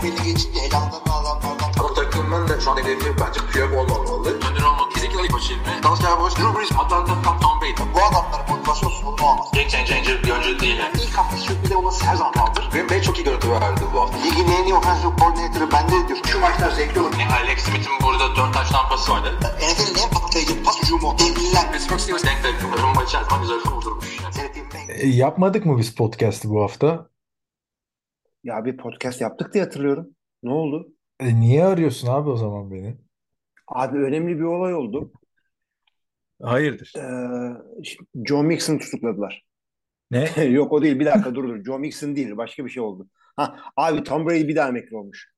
belli geçince elamdan adamlardan. Ama takımın da şu an hedefi bence Piyok olmamalı. Önder olmak kesinlikle ilk başı ilmi. Dalsya Boş, Drew Brees, Atlanta, Tom Brady. Bu adamların motivasyon sorunu olmaz. Game changer bir oyuncu değil. Yani ilk hafta sürpriz olması her zaman kaldır. Green Bay çok iyi görüntü verdi bu hafta. Ligin en iyi offensive coordinator'ı bende diyor. Şu maçlar zevkli olur. Alex Smith'in burada 4 taş tampası vardı. NFL'in en patlayıcı pas hücumu. Devliler. Pittsburgh Steelers denk denk. Rumba içer zaman güzel vurdurmuş. Yapmadık mı biz podcast'ı bu hafta? Ya bir podcast yaptık diye hatırlıyorum. Ne oldu? Niye arıyorsun abi o zaman beni? Abi önemli bir olay oldu. Hayırdır? Joe Mixon'ı tutukladılar. Ne? Yok o değil. Bir dakika dur. Joe Mixon değil. Başka bir şey oldu. Abi Tom Brady bir daha emekli olmuş.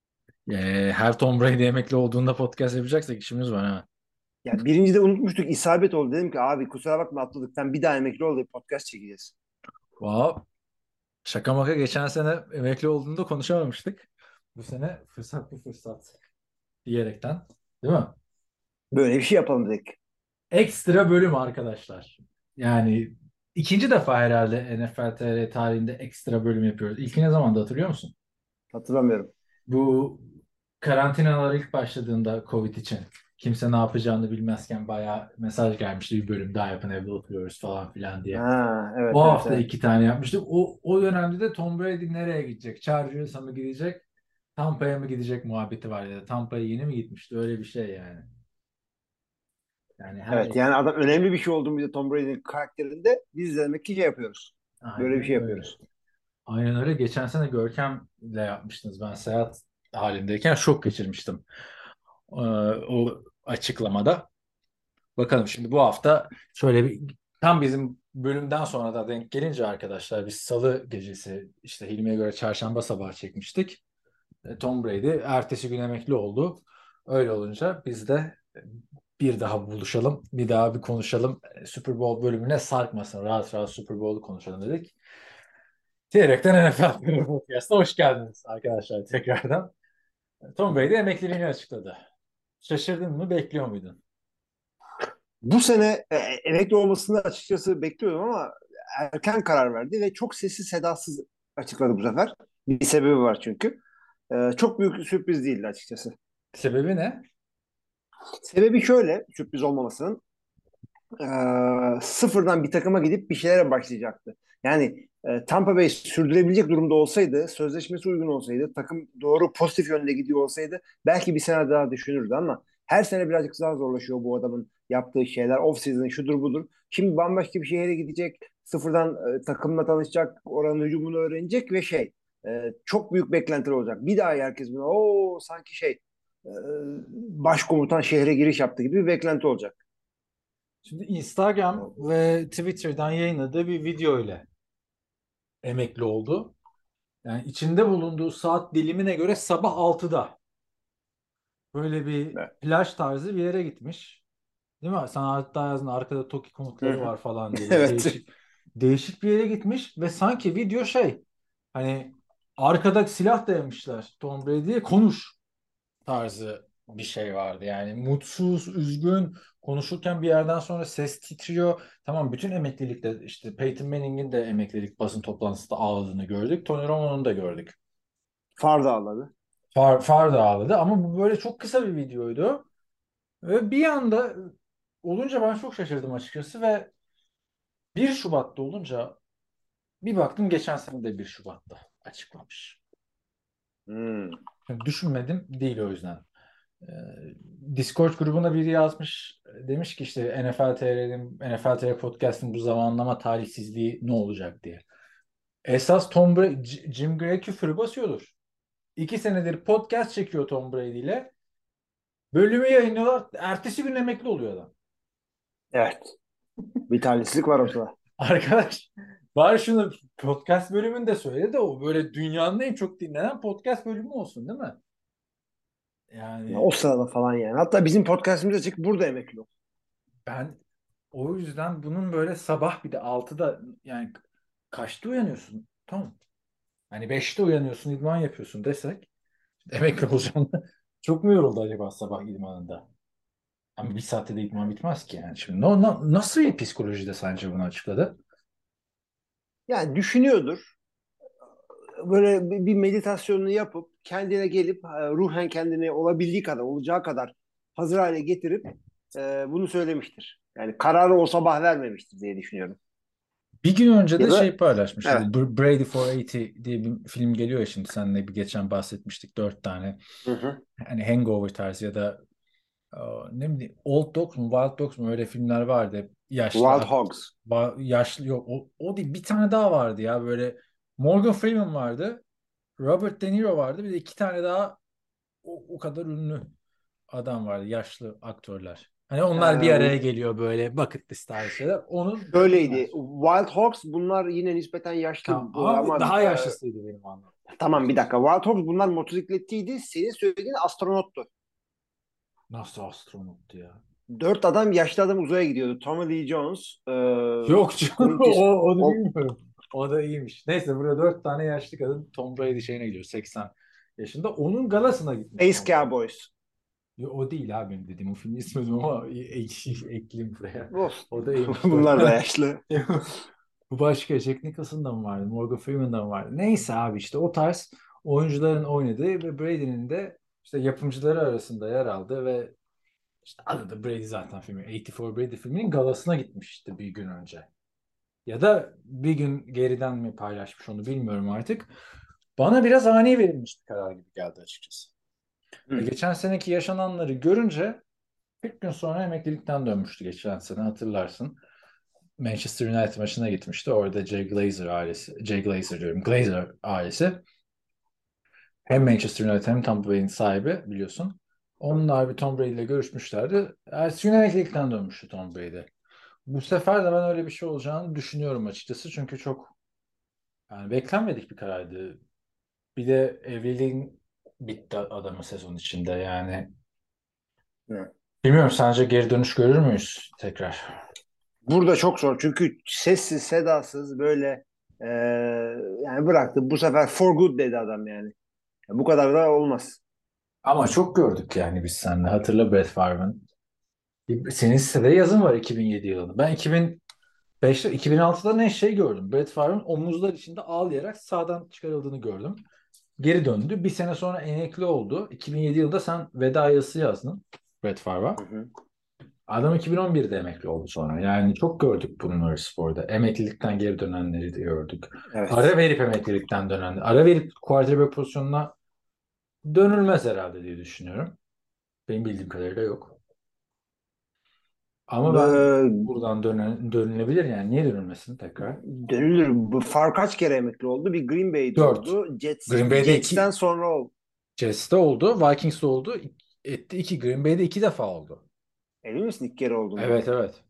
Her Tom Brady emekli olduğunda podcast yapacaksak işimiz var ha. Ya birinci de unutmuştuk. İsabet oldu. Dedim ki abi kusura bakma atladık. Sen bir daha emekli ol da podcast çekeceğiz. Wow. Şaka maka geçen sene emekli olduğunda konuşamamıştık. Bu sene fırsat bir fırsat diyerekten. Değil mi? Böyle bir şey yapalım dedik. Ekstra bölüm arkadaşlar. Yani ikinci defa herhalde NFL TR tarihinde ekstra bölüm yapıyoruz. İlki ne zamanda hatırlıyor musun? Hatırlamıyorum. Bu karantinalar ilk başladığında Covid için kimse ne yapacağını bilmezken bayağı mesaj gelmişti, bir bölüm daha yapın evde oturuyoruz falan filan diye. Evet, O evet, hafta evet. 2 tane yapmıştık. O dönemde de Tom Brady nereye gidecek? Chargers'a mı gidecek? Tampa'ya mı gidecek muhabbeti var ya da Tampa'ya yeni mi gitmişti? Öyle bir şey yani. Yani her Evet yani adam önemli bir şey oldu bir de Tom Brady'nin karakterinde biz de demek ki şey yapıyoruz. Böyle bir şey aynen öyle. yapıyoruz. Aynen öyle. Geçen sene Görkem'le yapmıştınız. Ben seyahat halindeyken şok geçirmiştim. O açıklamada. Bakalım şimdi bu hafta şöyle bir tam bizim bölümden sonra da denk gelince arkadaşlar biz Salı gecesi işte Hilmi'ye göre Çarşamba sabahı çekmiştik. Tom Brady ertesi gün emekli oldu. Öyle olunca biz de bir daha buluşalım, bir daha bir konuşalım. Super Bowl bölümüne sarkmasın. Rahat rahat Super Bowl'u konuşalım dedik. Diyerekten NFL Podcast'a hoş geldiniz arkadaşlar tekrardan. Tom Brady emekliliğini açıkladı. Şaşırdın mı, bekliyor muydun? Bu sene emekli olmasını açıkçası bekliyordum ama erken karar verdi ve çok sessiz sedasız açıkladı bu sefer. Bir sebebi var çünkü. Çok büyük sürpriz değildi açıkçası. Sebebi ne? Sebebi şöyle sürpriz olmamasının sıfırdan bir takıma gidip bir şeylere başlayacaktı. Yani Tampa Bay sürdürebilecek durumda olsaydı, sözleşmesi uygun olsaydı, takım doğru pozitif yönde gidiyor olsaydı belki bir sene daha düşünürdü ama her sene birazcık daha zorlaşıyor bu adamın yaptığı şeyler. Off-season şudur budur. Şimdi bambaşka bir şehre gidecek, sıfırdan takımla tanışacak, oranın hücumunu öğrenecek ve çok büyük beklentiler olacak. Bir daha herkes buna sanki e, başkomutan şehre giriş yaptı gibi bir beklenti olacak. Şimdi Instagram ve Twitter'dan yayınladığı bir video ile emekli oldu. Yani içinde bulunduğu saat dilimine göre sabah 6'da böyle bir Evet. plaj tarzı bir yere gitmiş. Değil mi? Sana hatta yazdın arkada Toki konukları var falan diye. Böyle Evet. değişik bir yere gitmiş ve sanki video hani arkada silah dayamışlar Tom Brady'ye konuş tarzı bir şey vardı. Yani mutsuz, üzgün konuşurken bir yerden sonra ses titriyor. Tamam bütün emeklilikte işte Peyton Manning'in de emeklilik basın toplantısında ağladığını gördük. Tony Romo'nun da gördük. Far dağladı. Far da ağladı ama bu böyle çok kısa bir videoydu. Ve bir anda olunca ben çok şaşırdım açıkçası ve 1 Şubat'ta olunca bir baktım geçen sene de 1 Şubat'ta açıklamış. Hmm. Düşünmedim değil o yüzden. Ee, Discord grubuna biri yazmış. Demiş ki işte NFL TR Podcast'ın bu zamanlama talihsizliği ne olacak diye. Esas Jim Gray küfürü basıyordur. 2 senedir podcast çekiyor Tom Brady ile. Bölümü yayınlıyorlar. Ertesi gün emekli oluyor adam. Evet. Bir talihsizlik var ortada. Arkadaş bari şunu podcast bölümünde söyle de o böyle dünyanın en çok dinlenen podcast bölümü olsun değil mi? Ya Yani o sırada falan yani. Hatta bizim podcastimize çık burada emekli ol. ben o yüzden bunun böyle sabah bir de 6'da yani kaçta uyanıyorsun? Tamam. Hani 5'te uyanıyorsun idman yapıyorsun desek emekli olacağım. Çok mu yoruldu acaba sabah idmanında? Ama 1 saatte de idman bitmez ki yani. Şimdi nasıl bir psikolojide sence bunu açıkladı? Yani düşünüyordur. Böyle bir meditasyonunu yapıp kendine gelip ruhen kendine olabildiği kadar, olacağı kadar hazır hale getirip bunu söylemiştir. Yani kararı o sabah vermemiştir diye düşünüyorum. Bir gün önce Ya de da şey paylaşmıştı. evet. Bu Brady for 80 diye bir film geliyor ya, şimdi seninle bir geçen bahsetmiştik, 4 tane. Hı hı. Hani Hangover tarzı ya da ne bileyim Old Dogs mu Wild Dogs mu, öyle filmler vardı. Hep yaşlı Wild Hogs. yaşlı yok, o değil, bir tane daha vardı ya, böyle Morgan Freeman vardı. Robert De Niro vardı. Bir de 2 tane daha o kadar ünlü adam vardı. Yaşlı aktörler. Hani onlar bir araya Ee, geliyor, böyle bucket list tarzı şeyler. Onun Böyleydi. Wild Hogs bunlar yine nispeten yaşlı tamam, ama bu ama daha yaşlısıydı benim anladığım. tamam bir dakika. Wild Hogs bunlar motosikletliydi. Senin söylediğin astronottu. Nasıl astronottu ya? 4 adam yaşlı adam uzaya gidiyordu. Tommy Lee Jones, Yok canım, Clint Eastwood, onu o, bilmiyorum. O da iyiymiş. Neyse, burada 4 tane yaşlı kadın Tom Brady şeyine gidiyor, 80 yaşında. Onun galasına gitmiş Space Tom Brady. Cowboys. O değil abi benim dediğim. O filmi ismedim ama ekleyeyim buraya. Olsun. O da iyiymiş. Bunlar da yaşlı. Bu başka. Jack Nicholson'da mı vardı? Morgan Freeman'da mı vardı? Neyse abi, işte o tarz oyuncuların oynadığı ve Brady'nin de işte yapımcıları arasında yer aldı ve işte adı da Brady zaten, filmi 84 Brady filminin galasına gitmişti bir gün önce. Ya da bir gün geriden mi paylaşmış, onu bilmiyorum artık. Bana biraz ani verilmişti karar gibi geldi açıkçası. Hı. Geçen seneki yaşananları görünce 40 gün sonra emeklilikten dönmüştü geçen sene, hatırlarsın. Manchester United maçına gitmişti. Orada Jay Glazer diyorum, Glazer ailesi. Hem Manchester United hem Tampa Bay'in sahibi, biliyorsun. Onlar bir Tom Brady ile görüşmüşlerdi. Ertesi gün emeklilikten dönmüştü Tom Brady. Bu sefer de ben öyle bir şey olacağını düşünüyorum açıkçası. Çünkü çok yani beklenmedik bir karardı. Bir de evliliğin bitti adamın sezon içinde yani. Hı. Bilmiyorum, sence geri dönüş görür müyüz tekrar? Burada çok zor. Çünkü sessiz, sedasız böyle e, yani bıraktı. Bu sefer for good dedi adam yani. Bu kadar da olmaz. Ama çok gördük yani biz seninle. Hatırla Brett Favre'ın. Senin sitede yazın var 2007 yılında. Ben 2005'te, 2006'da ne şey gördüm. Brett Favre'ın omuzlar içinde ağlayarak sahadan çıkarıldığını gördüm. Geri döndü. Bir sene sonra emekli oldu. 2007 yılında sen veda yazısı yazdın Brett Favre'a. Hı hı. Adam 2011'de emekli oldu sonra. Yani çok gördük bunları sporda. Emeklilikten geri dönenleri de gördük. Evet. Ara verip emeklilikten dönenleri. Ara verip quarterback pozisyonuna dönülmez herhalde diye düşünüyorum. Benim bildiğim kadarıyla yok. Ama ben Ee, buradan dönülebilir yani. Niye dönülmesin tekrar? Dönülür. Bu Favre kaç kere emekli oldu? Bir Green Bay'de 4. oldu. Green Bay'de Jets'ten 2. sonra oldu. Jets'te oldu. Vikings'te oldu. Etti 2. Green Bay'de 2 defa oldu. Emin misin ilk kere olduğundan? Evet, evet.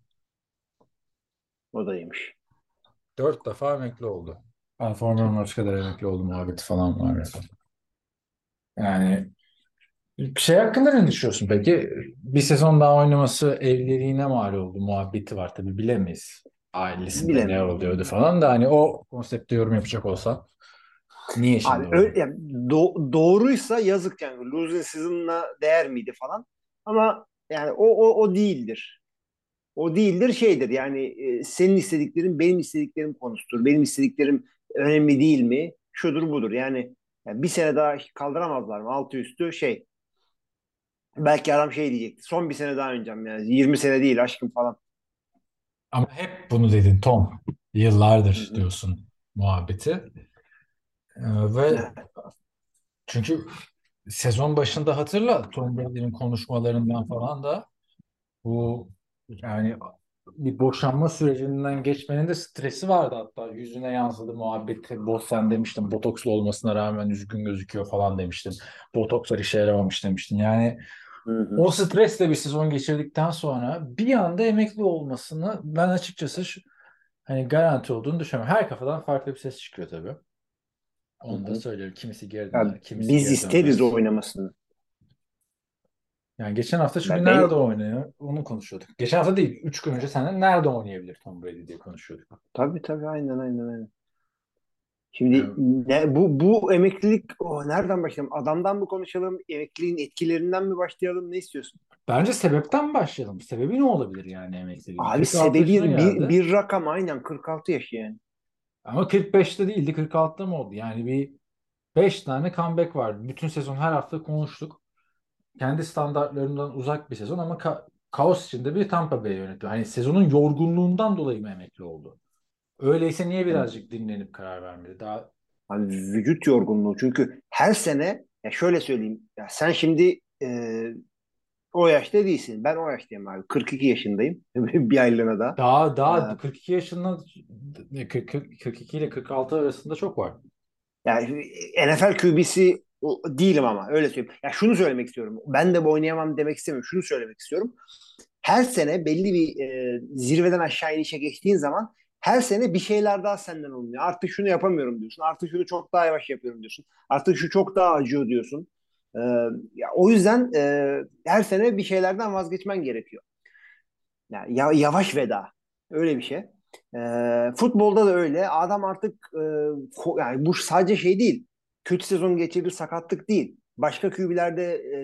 O da iyiymiş. 4 defa emekli oldu. Ben Formula maç kadar emekli oldum muhabbeti falan var. Yani şey hakkında ne düşünüyorsun peki? Bir sezon daha oynaması evliliğine mal oldu muhabbeti var, tabii bilemeyiz. Ailesinde ne Bilemiyorum. oluyordu falan da, hani o konsepte yorum yapacak olsan niye Abi şimdi orada? öyle, yani doğruysa yazık yani. Losing season'la değer miydi falan. Ama yani o değildir. O değildir şeydir yani senin istediklerin benim istediklerim konusudur. Benim istediklerim önemli değil mi? Şudur budur yani bir sene daha kaldıramazlar mı? Altı üstü şey. Belki adam şey diyecekti. Son bir sene daha oynayacağım yani. 20 sene değil aşkım falan. Ama hep bunu dedin Tom. Hı Yıllardır hı. diyorsun muhabbeti. Ve Evet. çünkü sezon başında hatırla, Tom Brady'nin konuşmalarından falan da bu yani bir boşanma sürecinden geçmenin de stresi vardı, hatta yüzüne yansıdı muhabbeti. Sen demiştin botokslu olmasına rağmen üzgün gözüküyor falan demiştin. Botokslar işe yaramamış demiştin. Yani Hı hı. o stresle bir sezon geçirdikten sonra bir anda emekli olmasını ben açıkçası hani garanti olduğunu düşünüyorum. Her kafadan farklı bir ses çıkıyor tabii. Hı Onu da hı. söylüyorum. Kimisi geri Ya döner, kimisi biz geri isteriz dönmez. oynamasını. Yani geçen hafta çünkü Ben nerede oynuyor onu konuşuyorduk. Geçen hafta değil, 3 gün önce seninle nerede oynayabilir Tom Brady diye konuşuyorduk. tabii aynen. Şimdi Yani bu emeklilik nereden başlayalım? Adamdan mı konuşalım? Emekliliğin etkilerinden mi başlayalım? Ne istiyorsun? bence sebepten başlayalım. Sebebi ne olabilir yani emekliliğin? Abi 46 yaşına sebebi geldi. bir rakam aynen 46 yaş yani. Ama 45'te değildi, 46'da mı oldu? Yani bir 5 tane comeback vardı. Bütün sezon her hafta konuştuk. Kendi standartlarından uzak bir sezon ama kaos içinde bir Tampa Bay yönetiyor. Hani sezonun yorgunluğundan dolayı mı emekli oldu? Öyleyse niye Yani, birazcık dinlenip karar vermedi? Daha hani vücut yorgunluğu. Çünkü her sene, ya şöyle söyleyeyim. Ya sen şimdi o yaşta değilsin. Ben o yaştayım abi. 42 yaşındayım. Bir aylığına da. daha Ee, 42 yaşından 42 ile 46 arasında çok var. Yani NFL QB'si değilim ama öyle söyleyeyim. Ya şunu söylemek istiyorum. Ben de bu oynayamam demek istemiyorum. Şunu söylemek istiyorum. Her sene belli bir zirveden aşağı inişe geçtiğin zaman her sene bir şeyler daha senden alınıyor. Artık şunu yapamıyorum diyorsun. Artık şunu çok daha yavaş yapıyorum diyorsun. Artık şu çok daha acıyor diyorsun. E, Ya, o yüzden her sene bir şeylerden vazgeçmen gerekiyor. Yani yavaş veda. Öyle bir şey. Futbolda da öyle. Adam artık yani bu sadece şey değil. Kötü sezon geçirdi, sakatlık değil. Başka QB'lerde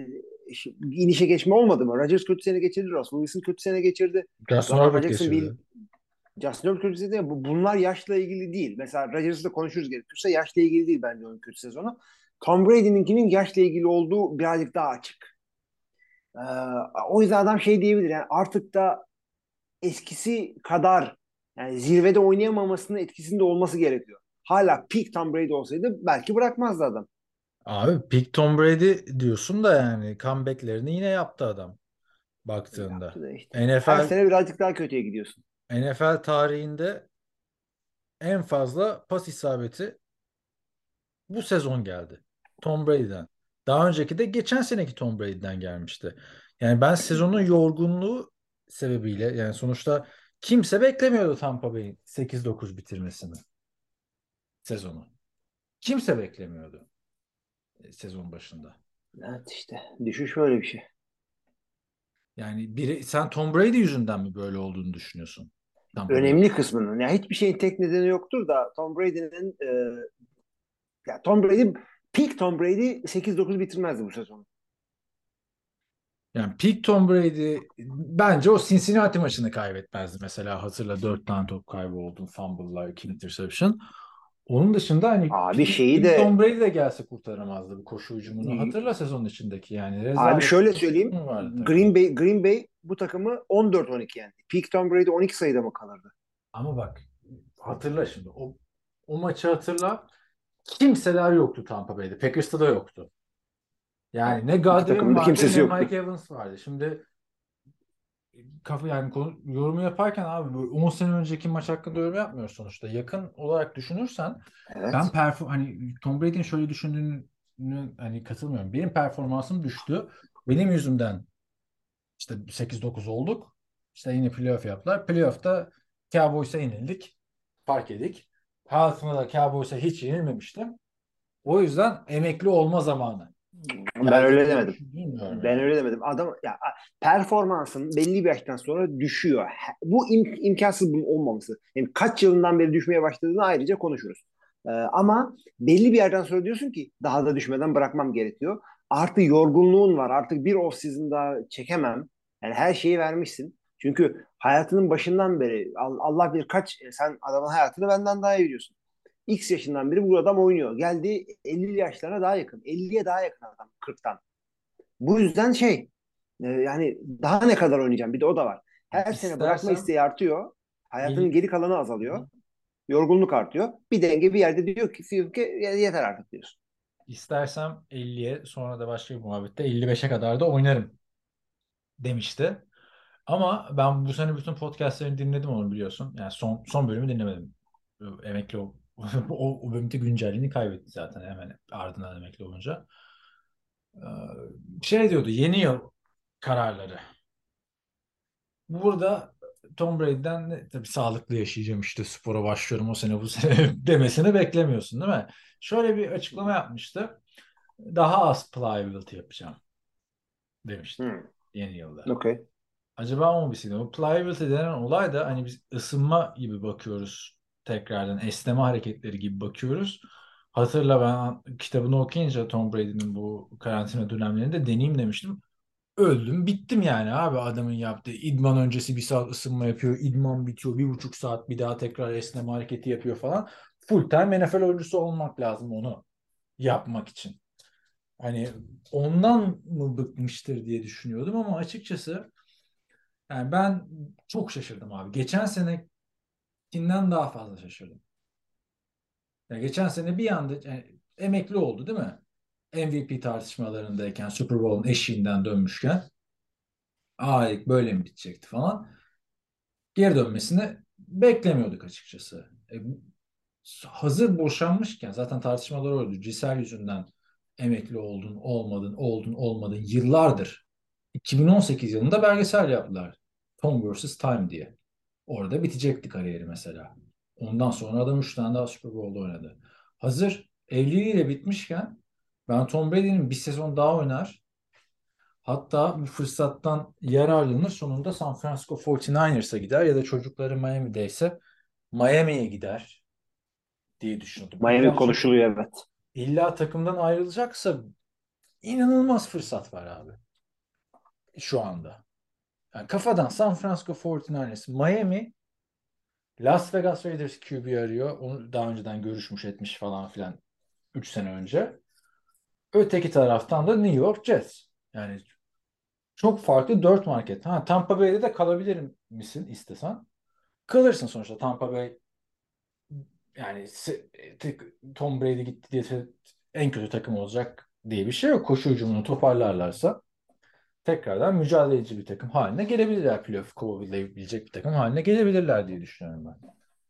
inişe geçme olmadı mı? Rodgers kötü sene geçirdi. Russell Wilson kötü sene geçirdi. Justin Lamar Herbert Jackson, geçirdi. Justin Herbert kötü sene. Bunlar yaşla ilgili değil. Mesela Rodgers'la konuşuruz gerekirse yaşla ilgili değil bence onun kötü sezonu. Tom Brady'ninkinin yaşla ilgili olduğu birazcık daha açık. Ee, O yüzden adam şey diyebilir, yani artık da eskisi kadar, yani zirvede oynayamamasının etkisinde olması gerekiyor. Hala peak Tom Brady olsaydı belki bırakmazdı adam. Abi Big Tom Brady diyorsun da yani comeback'lerini yine yaptı adam Yaptı baktığında. da işte. Her NFL sene birazcık daha kötüye gidiyorsun. NFL tarihinde en fazla pas isabeti bu sezon geldi. Tom Brady'den. Daha önceki de geçen seneki Tom Brady'den gelmişti. Yani ben sezonun yorgunluğu sebebiyle yani sonuçta kimse beklemiyordu Tampa Bay'in 8-9 bitirmesini sezonu. Kimse beklemiyordu sezon başında. Evet, işte düşüş böyle bir şey. Yani sen Tom Brady yüzünden mi böyle olduğunu düşünüyorsun? Tampa Bay. Önemli kısmının. Yani hiçbir şeyin tek nedeni yoktur da Tom Brady'nin ya Tom Brady, peak Tom Brady 8-9 bitirmezdi bu sezonu. Yani peak Tom Brady bence o Cincinnati maçını kaybetmezdi. Mesela hatırla 4 tane top kaybı oldu. Fumble'lar, 2 interception. Onun dışında hani Abi şeyi peak Tom de Brady de gelse kurtaramazdı bu koşu hücumunu. Hatırla sezon içindeki yani abi rezalet şöyle bir koşu söyleyeyim. hücumu vardı takımda. Green Bay bu takımı 14-12 yendi. Peak Tom Brady 12 sayıda mı kalırdı? Ama bak hatırla şimdi o maçı hatırla. Kimseler yoktu Tampa Bay'de. Packers'ta da yoktu. Yani ne İki Godwin takımın da vardı kimsesi ne yoktu. Mike Evans vardı. Şimdi yani yorumu yaparken abi böyle 10 sene önceki maç hakkında yorum yapmıyoruz sonuçta. Yakın olarak düşünürsen ben Evet. hani Tom Brady'nin şöyle düşündüğünü hani katılmıyorum. Benim performansım düştü. Benim yüzümden işte 8-9 olduk. İşte yine playoff yaptılar. Playoff'ta Cowboys'a yenildik. Fark edik. Hayatımda da Cowboys'a hiç yenilmemiştim. O yüzden emekli olma zamanı. Ben Geldi öyle diye demedim. düşünmüyorum Ben yani. öyle demedim. Adam ya, performansın belli bir yaştan sonra düşüyor. Bu imkansız bunun olmaması. Yani kaç yılından beri düşmeye başladığını ayrıca konuşuruz. Ama belli bir yerden sonra diyorsun ki daha da düşmeden bırakmam gerekiyor. Artı yorgunluğun var. Artık bir off season daha çekemem. Yani her şeyi vermişsin. Çünkü hayatının başından beri Allah bilir kaç, sen adamın hayatını benden daha iyi biliyorsun. X yaşından beri bu adam oynuyor. Geldi 50 yaşlarına daha yakın. 50'ye daha yakın adam 40'tan. Bu yüzden yani daha ne kadar oynayacağım? Bir de o da var. Her sene bırakma İstersem isteği artıyor. Hayatının il- geri kalanı azalıyor. Yorgunluk artıyor. Bir denge bir yerde diyor ki yeter artık diyorsun. İstersem 50'ye sonra da başka bir muhabbette 55'e kadar da oynarım demişti. Ama ben bu sene bütün podcastlerini dinledim onu biliyorsun. Yani son bölümü dinlemedim. Emekli o bölümde güncelliğini kaybetti zaten hemen ardından emekli olunca. Şey diyordu yeni yıl kararları. Burada Tom Brady'den tabii sağlıklı yaşayacağım işte spora başlıyorum o sene bu sene demesini beklemiyorsun değil mi? Şöyle bir açıklama yapmıştı. Daha az pliability yapacağım demişti Hmm, yeni yılda. okey. Acaba o mu bir şey? O pliability denen olay da hani biz ısınma gibi bakıyoruz tekrardan esneme hareketleri gibi bakıyoruz. Hatırla ben kitabını okuyunca Tom Brady'nin bu karantina dönemlerinde deneyim demiştim. Öldüm bittim yani abi adamın yaptığı idman öncesi bir saat ısınma yapıyor. İdman bitiyor 1,5 saat bir daha tekrar esneme hareketi yapıyor falan. Full time NFL oyuncusu olmak lazım onu yapmak için. Hani ondan mı bıkmıştır diye düşünüyordum ama açıkçası yani ben çok şaşırdım abi. Geçen senekinden daha fazla şaşırdım. Yani geçen sene bir anda emekli oldu değil mi? MVP tartışmalarındayken Super Bowl'un eşiğinden dönmüşken böyle mi bitecekti falan. Geri dönmesini beklemiyorduk açıkçası. Hazır boşanmışken zaten tartışmalar oydu. Giselle yüzünden emekli oldun, olmadın, oldun, olmadın yıllardır. 2018 yılında belgesel yaptılar. Tom vs. Time diye. Orada bitecekti kariyeri mesela. Ondan sonra adam 3 tane daha Super Bowl'da oynadı. Hazır evliliğiyle bitmişken ben Tom Brady'nin bir sezon daha oynar. Hatta bu fırsattan yararlanır. Sonunda San Francisco 49ers'a gider ya da çocukları Miami'deyse Miami'ye gider diye düşünüyordum. Miami konuşuluyor, evet. İlla takımdan ayrılacaksa inanılmaz fırsat var abi şu anda. Yani kafadan San Francisco 49ers, Miami, Las Vegas Raiders QB arıyor. Onu daha önceden görüşmüş etmiş falan filan 3 sene önce. Öteki taraftan da New York Jets. Yani çok farklı 4 market. Ha, Tampa Bay'de de kalabilir misin istesen? Kalırsın sonuçta. Tampa Bay yani Tom Brady gitti diye en kötü takım olacak diye bir şey yok. Koşu hücumunu toparlarlarsa tekrardan mücadeleci bir takım haline gelebilirler. Playoff kovabilecek bir takım haline gelebilirler diye düşünüyorum ben.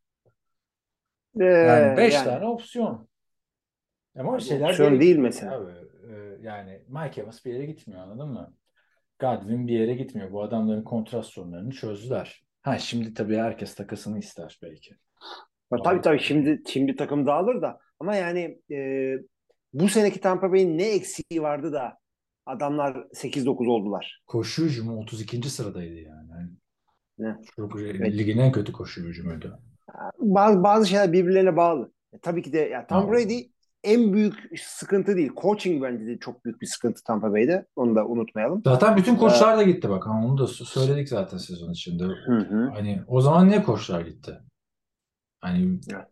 Ee, Yani 5 Yani tane opsiyon. Ama abi, şeyler opsiyon geri değil gitmiyor mesela. abi. Yani Mike Evans bir yere gitmiyor, anladın mı? Godwin bir yere gitmiyor. Bu adamların kontrat sorunlarını çözdüler. Ha, şimdi tabii herkes takasını ister belki. Tabii Ayrı tabii, konu. şimdi takım dağılır da, ama yani bu seneki Tampa Bay'in ne eksiği vardı da adamlar 8-9 oldular. Koşu hücumu 32. sıradaydı yani. Ne? Çok Evet. ligin en kötü koşu hücumuydu. Bazı şeyler birbirlerine bağlı. Tabii ki de ya, Tom Ya, Brady en büyük sıkıntı değil. Coaching bence de çok büyük bir sıkıntı Tampa Bay'de. Onu da unutmayalım. zaten bütün Ee, koçlar da gitti bak. Ha, onu da söyledik zaten sezon içinde. hı hı. Hani o zaman niye koçlar gitti? Hani Evet.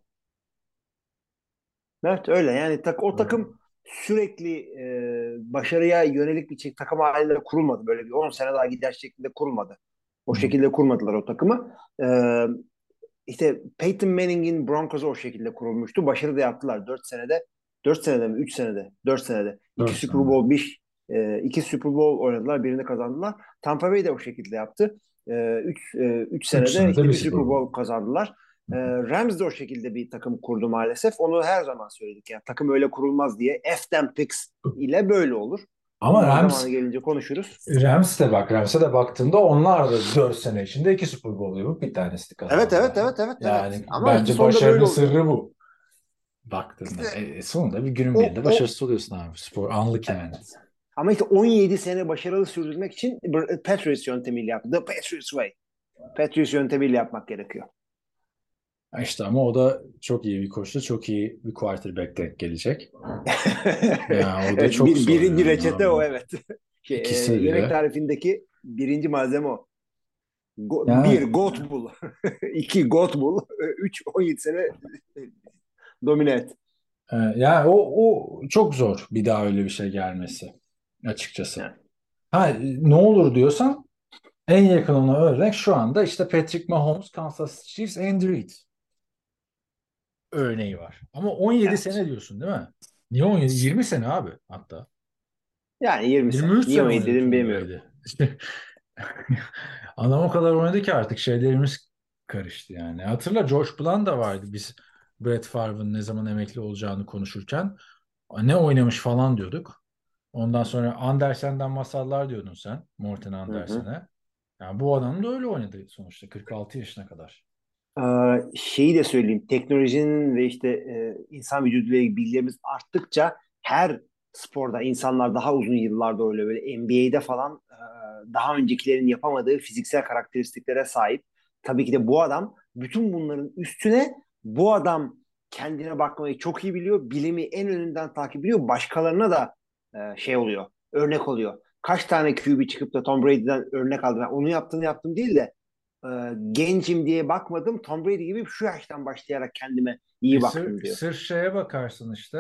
Evet, öyle yani, o takım sürekli başarıya yönelik bir takım halinde kurulmadı. Böyle bir 10 sene daha gider şeklinde kurulmadı. O şekilde kurmadılar o takımı. İşte Peyton Manning'in Broncos'u o şekilde kurulmuştu. Başarı da yaptılar 4 senede. 4 senede mi? 3 senede. 4 senede. 2 4 Super sene. Bowl, iki Super Bowl oynadılar. Birini kazandılar. Tampa Bay de o şekilde yaptı. 3 3 senede senede işte bir bir Super Super Bowl. Bowl kazandılar. Rams de o şekilde bir takım kurdu maalesef. Onu her zaman söyledik. Yani takım öyle kurulmaz diye. F picks ile böyle olur. Ama Onları zamanı gelince konuşuruz. Rams'e de baktığında onlar da 4 sene içinde 2 Super Bowl yapıp bir tanesini Evet, kazandılar. evet, evet, evet, evet. Yani Ama işte bence sonunda böyle başarının oluyor. sırrı bu. Baktığında. İşte Sonunda bir günün o, birinde o başarısız oluyorsun abi. Spor anlık yani. evet. Ama işte 17 sene başarılı sürdürmek için Patriots yöntemiyle yaptı. The Patriots way. Patriots yöntemiyle yapmak gerekiyor. İşte ama o da çok iyi bir koçla çok iyi bir quarterback denk gelecek. Ya o da Evet, çok zor birinci yani reçete o, abi. evet. İkisi Yemek bile. tarifindeki birinci malzeme o. Yani Bir, goat bull. İki, goat bull. Üç, 17 sene domine et. yani o çok zor bir daha öyle bir şey gelmesi açıkçası. Yani, Ha, ne olur diyorsan en yakın ona örnek şu anda işte Patrick Mahomes, Kansas City Chiefs, Andy Reid örneği var. Ama 17 evet. sene diyorsun değil mi? Niye 17? 20 sene abi hatta. Yani 20 sene. 23 Niye sene 17 oynadı dedim Tom bilmiyorum. Brady. Adam o kadar oynadı ki artık şeylerimiz karıştı yani. Hatırla George Blount da vardı biz Brett Favre'ın ne zaman emekli olacağını konuşurken. Ne oynamış falan diyorduk. Ondan sonra Andersen'den masallar diyordun sen. Morten Hı hı. Andersen'e. Yani bu adam da öyle oynadı sonuçta 46 yaşına kadar. Şeyi de söyleyeyim. Teknolojinin ve işte insan vücuduyla ilgili bilgilerimiz arttıkça her sporda insanlar daha uzun yıllarda, öyle böyle NBA'de falan daha öncekilerin yapamadığı fiziksel karakteristiklere sahip. Tabii ki de bu adam bütün bunların üstüne, bu adam kendine bakmayı çok iyi biliyor. Bilimi en önünden takip ediyor. Başkalarına da şey oluyor. Örnek oluyor. Kaç tane QB çıkıp da Tom Brady'den örnek aldı. Ben onu yaptım değil de e, gencim diye bakmadım. Tom Brady gibi şu yaştan başlayarak kendime iyi baktım diyor. Sırf şeye bakarsın işte.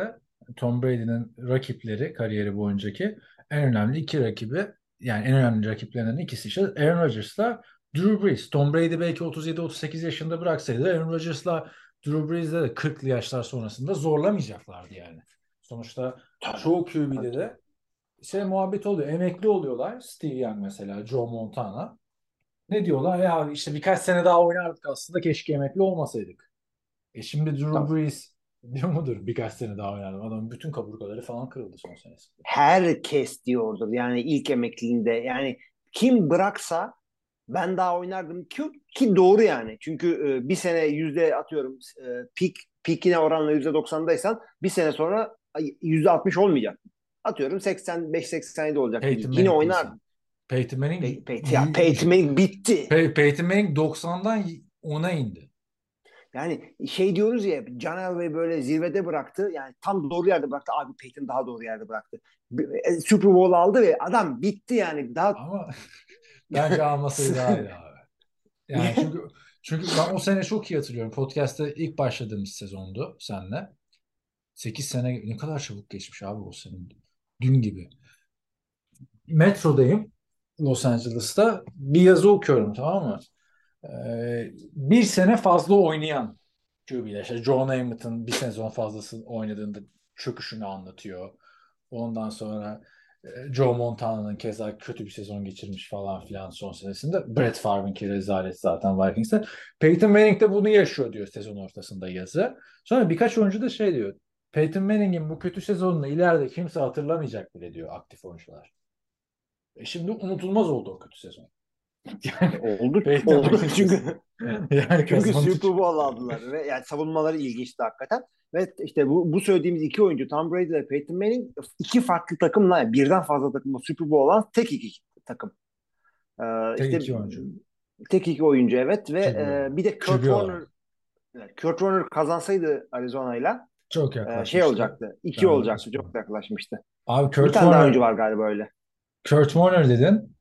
Tom Brady'nin rakipleri kariyeri boyuncaki en önemli iki rakibi, yani en önemli rakiplerinden ikisi işte Aaron Rodgers'la Drew Brees. Tom Brady belki 37-38 yaşında bıraksaydı Aaron Rodgers'la Drew Brees'de de 40'lı yaşlar sonrasında zorlamayacaklardı yani. Sonuçta çoğu QB'de de şey muhabbet oluyor. Emekli oluyorlar. Steve Young mesela, Joe Montana. Ne diyorlar? Ya işte birkaç sene daha oynardık aslında, keşke emekli olmasaydık. Şimdi Drew Brees diyor mudur birkaç sene daha oynardım. Adamın bütün kaburgaları falan kırıldı son senesinde. Herkes diyordur yani ilk emekliliğinde. Yani kim bıraksa ben daha oynardım ki doğru yani. Çünkü bir sene yüzde atıyorum peak'ine oranla %90'daysan bir sene sonra %60 olmayacak. Atıyorum 85-87 olacak. Peyton Yine Manning değilsen. oynardın. Peyton Manning Peyton Manning bitti. Peyton Manning 90'dan 10'a indi. Yani şey diyoruz ya, John Elway böyle zirvede bıraktı. Yani tam doğru yerde bıraktı. Abi Peyton daha doğru yerde bıraktı. Super Bowl aldı ve adam bitti yani. Daha Ama bence almasaydı daha iyi abi. Yani niye? çünkü ben o sene çok iyi hatırlıyorum. Podcast'ta ilk başladığımız sezondu seninle. 8 sene ne kadar çabuk geçmiş abi o sene. Dün gibi. Metrodayım Los Angeles'ta. Bir yazı okuyorum, tamam mı? Bir sene fazla oynayan QB'ler. İşte John Namath'ın bir sezon fazlası oynadığında çöküşünü anlatıyor. Ondan sonra Joe Montana'nın keza kötü bir sezon geçirmiş falan filan son senesinde. Brett Favre'ınki rezalet zaten Vikings'te. Peyton Manning de bunu yaşıyor diyor sezon ortasında yazı. Sonra birkaç oyuncu da şey diyor. Peyton Manning'in bu kötü sezonunu ileride kimse hatırlamayacak bile diyor, aktif oyuncular. Şimdi unutulmaz oldu o kötü sezon. Yani Oldu. Peyton Oldu Manning çünkü yani çünkü kazandı. Super Bowl aldılar ve yani savunmaları ilginçti hakikaten. Ve işte bu söylediğimiz iki oyuncu Tom Brady ile Peyton Manning iki farklı takımla, yani birden fazla takımla Super Bowl olan tek iki takım. Tek İşte iki oyuncu. tek iki oyuncu evet ve QB olarak. bir de QB olarak. Kurt Warner kazansaydı Arizona'yla Çok şey yaklaşmıştı. olacaktı. İki Ben de olacaktı. istiyorum. Çok yaklaşmıştı. Abi Bir tane daha oyuncu var galiba öyle. Kurt Warner dedin.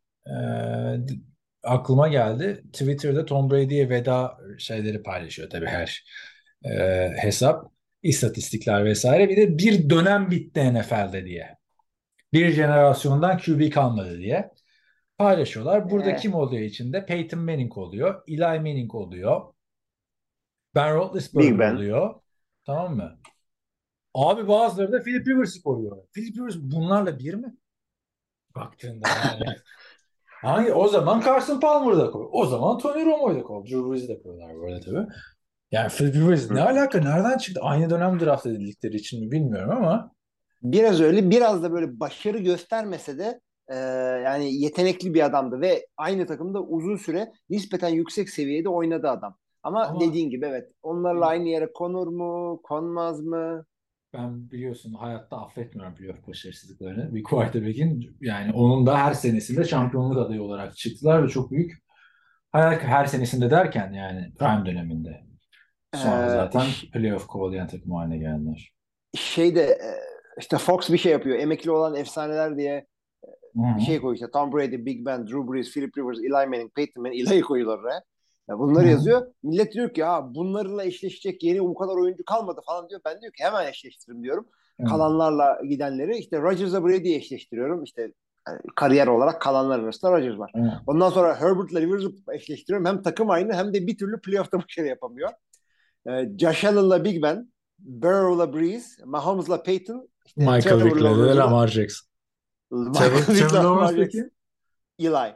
Aklıma geldi. Twitter'da Tom Brady'ye veda şeyleri paylaşıyor tabii her hesap. İstatistikler vesaire. Bir de bir dönem bitti NFL'de diye. Bir jenerasyondan QB kalmadı diye paylaşıyorlar. Burada E, kim oluyor içinde? Peyton Manning oluyor. Eli Manning oluyor. Ben Big Roethlisberger Ben. oluyor. Tamam mı? Abi bazıları da Philip Rivers'ı koyuyor. Philip Rivers bunlarla bir mi? Baktığında yani. Hangi? O zaman Carson Palmer'ı da koy. O zaman Tony Romo'yu da koy. Drew Brees'i de koyuyorlar böyle tabii. Yani Philip Rivers ne alaka? Nereden çıktı? Aynı dönem draft edildikleri için mi bilmiyorum ama. Biraz öyle, biraz da böyle başarı göstermese de yani yetenekli bir adamdı ve aynı takımda uzun süre nispeten yüksek seviyede oynadı adam. Ama Ama dediğin gibi evet, onlarla aynı yere konur mu, konmaz mı? ben biliyorsun hayatta affetmiyorum playoff başarısızlıklarını. Bir quarterback'in yani onun da her senesinde şampiyonluk adayı olarak çıktılar ve çok büyük her senesinde derken yani prime döneminde. Sonra zaten Ş- playoff kovalayan takım haline geldiler. Şeyde işte Fox bir şey yapıyor. Emekli olan efsaneler diye Hı bir hı. şey koyuyor. İşte Tom Brady, Big Ben, Drew Brees, Philip Rivers, Eli Manning, Peyton Manning, Eli'yi koyuyorlar oraya. Ya Hı bunları hı. yazıyor. Millet diyor ki ha bunlarla eşleşecek yeni bu kadar oyuncu kalmadı falan diyor. Ben diyor ki hemen eşleştiririm diyorum. Evet. Kalanlarla gidenleri işte Rodgers'la Brady'yi eşleştiriyorum. İşte kariyer olarak kalanlar arasında Rodgers var. Evet. Ondan sonra Herbert'la Rivers'ı eşleştiriyorum. Hem takım aynı hem de bir türlü playoff'ta başarı yapamıyor. Josh Allen'la Big Ben, Burrow'la Breeze, Mahomes'la Peyton, işte Michael Trevor Vick'le de Lawrence'la Lamar Jackson. Michael Vick, Trevor Lamar Lawrence Jackson, peki? Eli.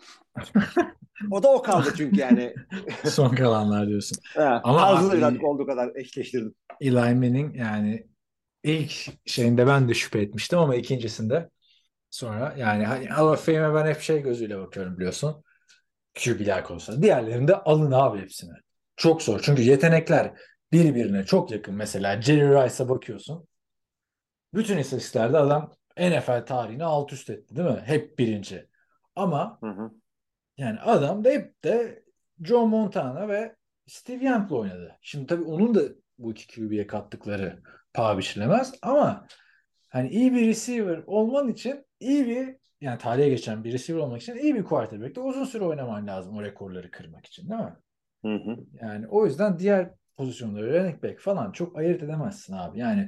O kaldı çünkü yani. Son kalanlar diyorsun. Tarzı Ama da birazcık olduğu kadar eşleştirdim. Eli Manning yani ilk şeyinde ben de şüphe etmiştim ama ikincisinde sonra yani hani Hall of Fame'e ben hep şey gözüyle bakıyorum biliyorsun. QB'ler konusunda. Diğerlerinde alın abi hepsini. Çok zor. Çünkü yetenekler birbirine çok yakın. Mesela Jerry Rice'a bakıyorsun. Bütün istatistiklerde adam NFL tarihini alt üst etti değil mi? Hep birinci. Ama Hı hı. yani adam da hep de Joe Montana ve Steve Young'la oynadı. Şimdi tabii onun da bu iki QB'ye kattıkları paha biçilemez ama hani iyi bir receiver olman için iyi bir yani tarihe geçen bir receiver olmak için iyi bir quarterback'te uzun süre oynaman lazım o rekorları kırmak için değil mi? Hı hı. Yani o yüzden diğer pozisyonları running back falan çok ayırt edemezsin abi. Yani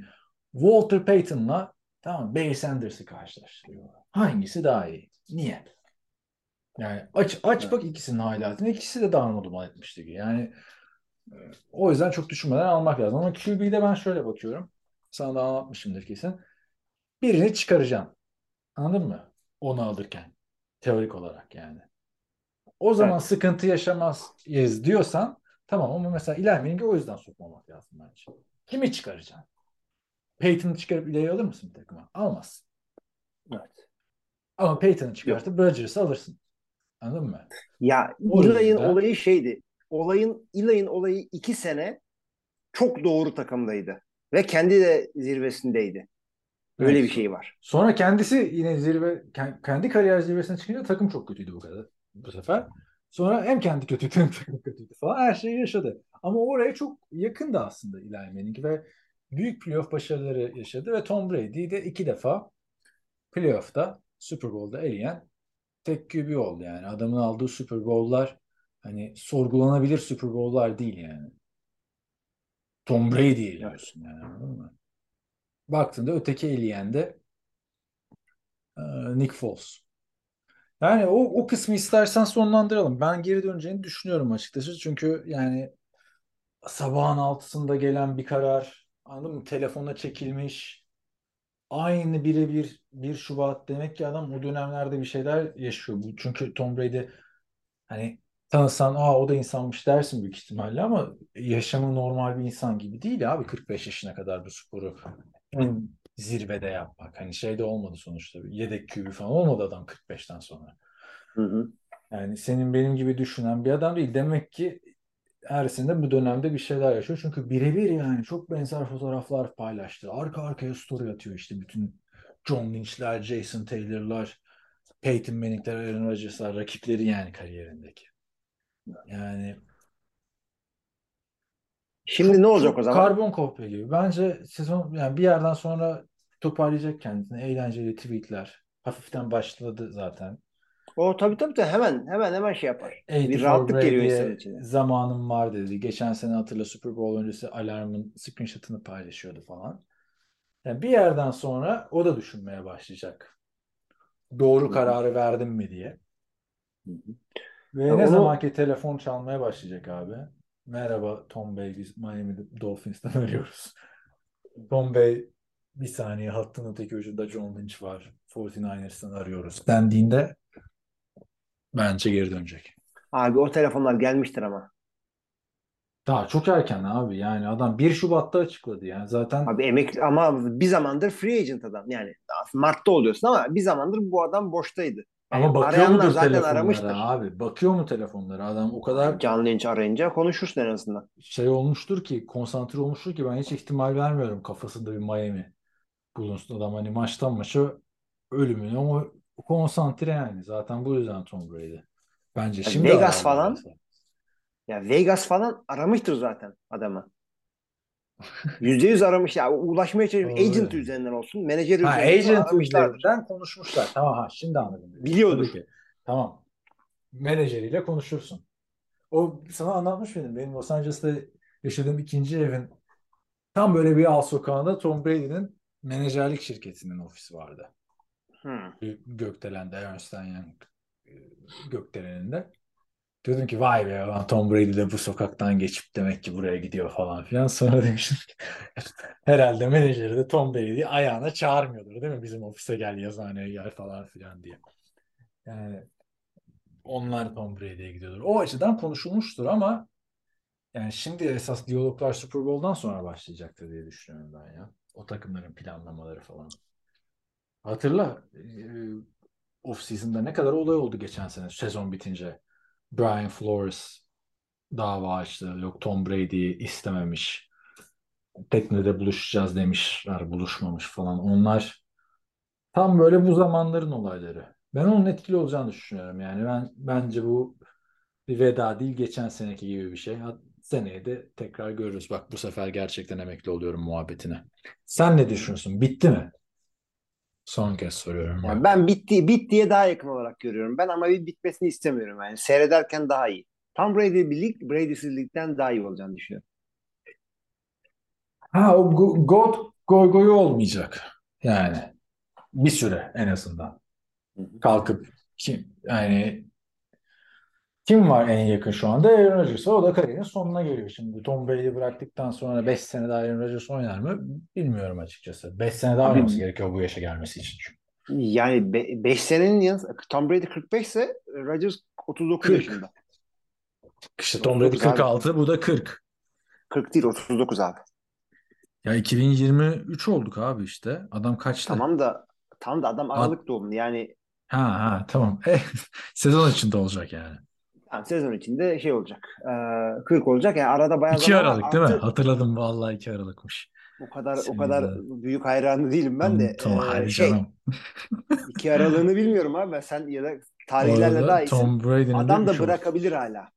Walter Payton'la tamam Barry Sanders'ı karşılaştırıyorlar. Hangisi daha iyi? Niye? Yani aç bak ikisinin hayatını. İkisi de darmadağın etmişti. Yani e, o yüzden çok düşünmeden almak lazım. Ama QB'de ben şöyle bakıyorum. Sana da anlatmışımdır kesin. Birini çıkaracaksın. Anladın mı? Onu alırken. Teorik olarak yani. O zaman Evet. sıkıntı yaşamazız diyorsan tamam ama mesela Eli Manning'i o yüzden sokmamak lazım bence. Kimi çıkaracaksın? Peyton'u çıkarıp Eli'yi alır mısın bir takıma? Almazsın. Evet. Ama Peyton'u Yok. çıkartıp Rodgers'ı alırsın. Anladın mı? Ya O Eli'nin yüzden olayı şeydi. Eli'nin olayı 2 sene çok doğru takımdaydı. Ve kendi de zirvesindeydi. Öyle evet. bir şey var. Sonra kendisi yine kendi kariyer zirvesine çıkınca takım çok kötüydü bu sefer. Sonra hem kendi kötüydü hem takım kötüydü falan. Her şeyi yaşadı. Ama oraya çok yakındı aslında Eli Manning ve büyük playoff başarıları yaşadı ve Tom Brady'yi de 2 defa playoff'ta Super Bowl'da eleyen tek QB oldu yani. Adamın aldığı Super Bowl'lar hani sorgulanabilir Super Bowl'lar değil yani. Tom Brady'yi Evet. eliyorsun yani, anladın mı? Baktığında öteki eleyen de Nick Foles. Yani o kısmı istersen sonlandıralım. Ben geri döneceğini düşünüyorum açıkçası. Çünkü yani sabahın 6'sında gelen bir karar, anladın mı? Telefona çekilmiş. Aynı birebir 1 Şubat demek ki adam o dönemlerde bir şeyler yaşıyor. Çünkü Tom Brady hani tanısan o da insanmış dersin büyük ihtimalle ama yaşamı normal bir insan gibi değil abi 45 yaşına kadar bu sporu en zirvede yapmak. Hani şey de olmadı sonuçta. Yedek QB falan olmadı adam 45'ten sonra. Hı hı. Yani senin benim gibi düşünen bir adam değil. Demek ki Ersin bu dönemde bir şeyler yaşıyor. Çünkü birebir yani çok benzer fotoğraflar paylaştı. Arka arkaya story atıyor işte bütün John Lynch'ler, Jason Taylor'lar, Peyton Manning'ler, Aaron Rodgers'lar rakipleri yani kariyerindeki. Yani Şimdi ne çok olacak o çok zaman? karbon kopya gibi. Bence sezon yani bir yerden sonra toparlayacak kendini. Eğlenceli tweetler. Hafiften başladı zaten. O tabii hemen şey yapar. Bir 84 rahatlık geliyor insanın Brady'ye içine. zamanım var dedi. Geçen sene hatırla Super Bowl öncesi alarmın screenshot'ını paylaşıyordu falan. Yani bir yerden sonra o da düşünmeye başlayacak. Doğru Hı hı. kararı verdim mi diye. Hı hı. Ve Ya ne onu zamanki telefon çalmaya başlayacak abi. Merhaba Tom Bey, biz Miami Dolphins'ten arıyoruz. Tom Bey bir saniye hattın öteki ucunda John Lynch var. 49ers'tan arıyoruz dendiğinde bence geri dönecek. abi o telefonlar gelmiştir ama. Daha çok erken abi. Yani adam 1 Şubat'ta açıkladı. Yani zaten Abi emekli ama bir zamandır free agent adam. Yani Mart'ta oluyorsun ama bir zamandır bu adam boştaydı. Yani ama bakıyor arayanlar mudur zaten telefonlara aramıştır. abi? Bakıyor mu telefonlara? Adam o Abi kadar John Lynch arayınca konuşursun en azından. şey olmuştur ki, konsantre olmuştur ki ben hiç ihtimal vermiyorum kafasında bir Miami bulunsun. Adam hani maçtan maça ölümüne ama konsantre yani. Zaten bu yüzden Tom Brady. Bence Ya şimdi Vegas ararlar falan arası. Vegas falan aramıştır zaten adamı. %100 aramış ya ulaşmaya çalışmış. Agent Öyle. üzerinden olsun, menajer Ha, üzerinden olsun agent aramışlardır. üzerinden konuşmuşlar. Tamam, ha şimdi anladım diyorsun. Tabii Biliyordur. ki. Tamam. Menajeriyle konuşursun. O sana anlatmış mıydım? Benim Los Angeles'ta yaşadığım ikinci evin tam böyle bir alt sokağında Tom Brady'nin menajerlik şirketinin ofisi vardı. Hmm. Gökdelen'de, Ernst Young e, Gökdelen'inde. Diyordum ki vay be lan Tom Brady de bu sokaktan geçip demek ki buraya gidiyor falan filan. Sonra demiştim ki herhalde menajeri de Tom Brady'yi ayağına çağırmıyordur değil mi? Bizim ofise gel yazıhaneye gel falan filan diye. Yani onlar Tom Brady'ye gidiyordur. O açıdan konuşulmuştur ama yani şimdi esas diyaloglar Super Bowl'dan sonra başlayacaktır diye düşünüyorum ben ya. O takımların planlamaları falan. Hatırla off-season'da ne kadar olay oldu geçen sene sezon bitince. Brian Flores dava açtı. Yok Tom Brady'yi istememiş. Teknede buluşacağız demişler. Buluşmamış falan. Onlar tam böyle bu zamanların olayları. Ben onun etkili olacağını düşünüyorum. Yani bence bu bir veda değil geçen seneki gibi bir şey. Seneye de tekrar görürüz. Bak bu sefer gerçekten emekli oluyorum muhabbetine. Sen ne düşünüyorsun? Bitti mi? Son kez soruyorum Yani bak. ben bittiye daha yakın olarak görüyorum. Ben ama bir bitmesini istemiyorum yani. Seyrederken daha iyi. Tom Brady bir lig, Brady'siz ligden daha iyi olacağını düşünüyorum. Ha o God goygoyu olmayacak. Yani bir süre en azından. Hı hı. Kalkıp yani kim var en yakın şu anda? Aaron Rodgers var. O da kariyerin sonuna geliyor şimdi. Tom Brady bıraktıktan sonra 5 sene daha Aaron Rodgers oynar mı? Bilmiyorum açıkçası. 5 sene daha Abi oynaması gerekiyor bu yaşa gelmesi için. yani 5 senenin yanı Tom Brady 45 ise Rodgers 39 40. yaşında. İşte Tom Brady 39 abi. 46, bu da 40. 40 değil 39 abi. Ya 2023 olduk abi işte. Adam kaçlı? Tamam da tam da adam At, Aralık doğumlu. Yani ha tamam. Sezon içinde olacak yani. tam sezon içinde şey olacak. 40 olacak. Yani arada bayağı 2 zaman var. Aralık değil mi? Artı Hatırladım vallahi 2 Aralıkmış. o kadar Sevgili. büyük hayranı değilim ben de. Tom hadi Şey canım. 2 aralığını bilmiyorum abi. Sen ya da tarihlerle daha Orada iyisin. Tom Brady'nin de Adam da 3 oldu. bırakabilir hala.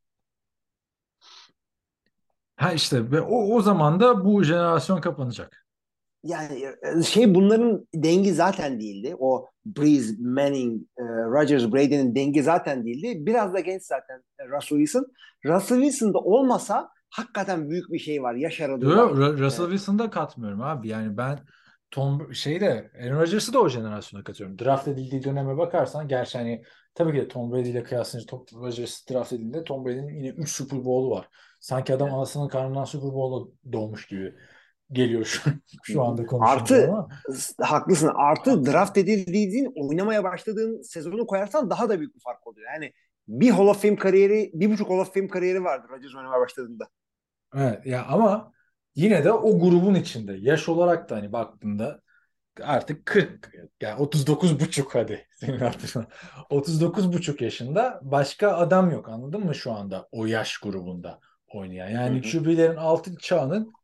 Ha işte ve o zaman da bu jenerasyon kapanacak. Yani şey bunların dengi zaten değildi. O Breeze, Manning, Rodgers, Brady'nin dengi zaten değildi. Biraz da genç zaten Russell Wilson. Russell Wilson da olmasa hakikaten büyük bir şey var. Yaş aralığı var. Russell Wilson'ı da katmıyorum abi. Yani ben Aaron Rodgers'ı da o jenerasyona katıyorum. Draft edildiği döneme bakarsan gerçi hani tabii ki de Tom Brady ile kıyaslayınca Rodgers draft edildiğinde Tom Brady'nin yine 3 Super Bowl'u var. Sanki adam Evet. anasının karnından Super Bowl'la doğmuş gibi geliyor Hı şu hı. anda konuşunca Artı ama haklısın. Artı draft edildiğin, oynamaya başladığın sezonu koyarsan daha da büyük bir fark oluyor. Yani bir Hall of Fame kariyeri, bir buçuk Hall of Fame kariyeri vardı Rodgers oynamaya başladığında. evet ya ama yine de o grubun içinde yaş olarak da hani baktığında artık 40 yani 39 buçuk hadi senin hatırına 39 buçuk yaşında başka adam yok anladın mı şu anda o yaş grubunda oynayan. Hı Yani hı. QB'lerin altın çağının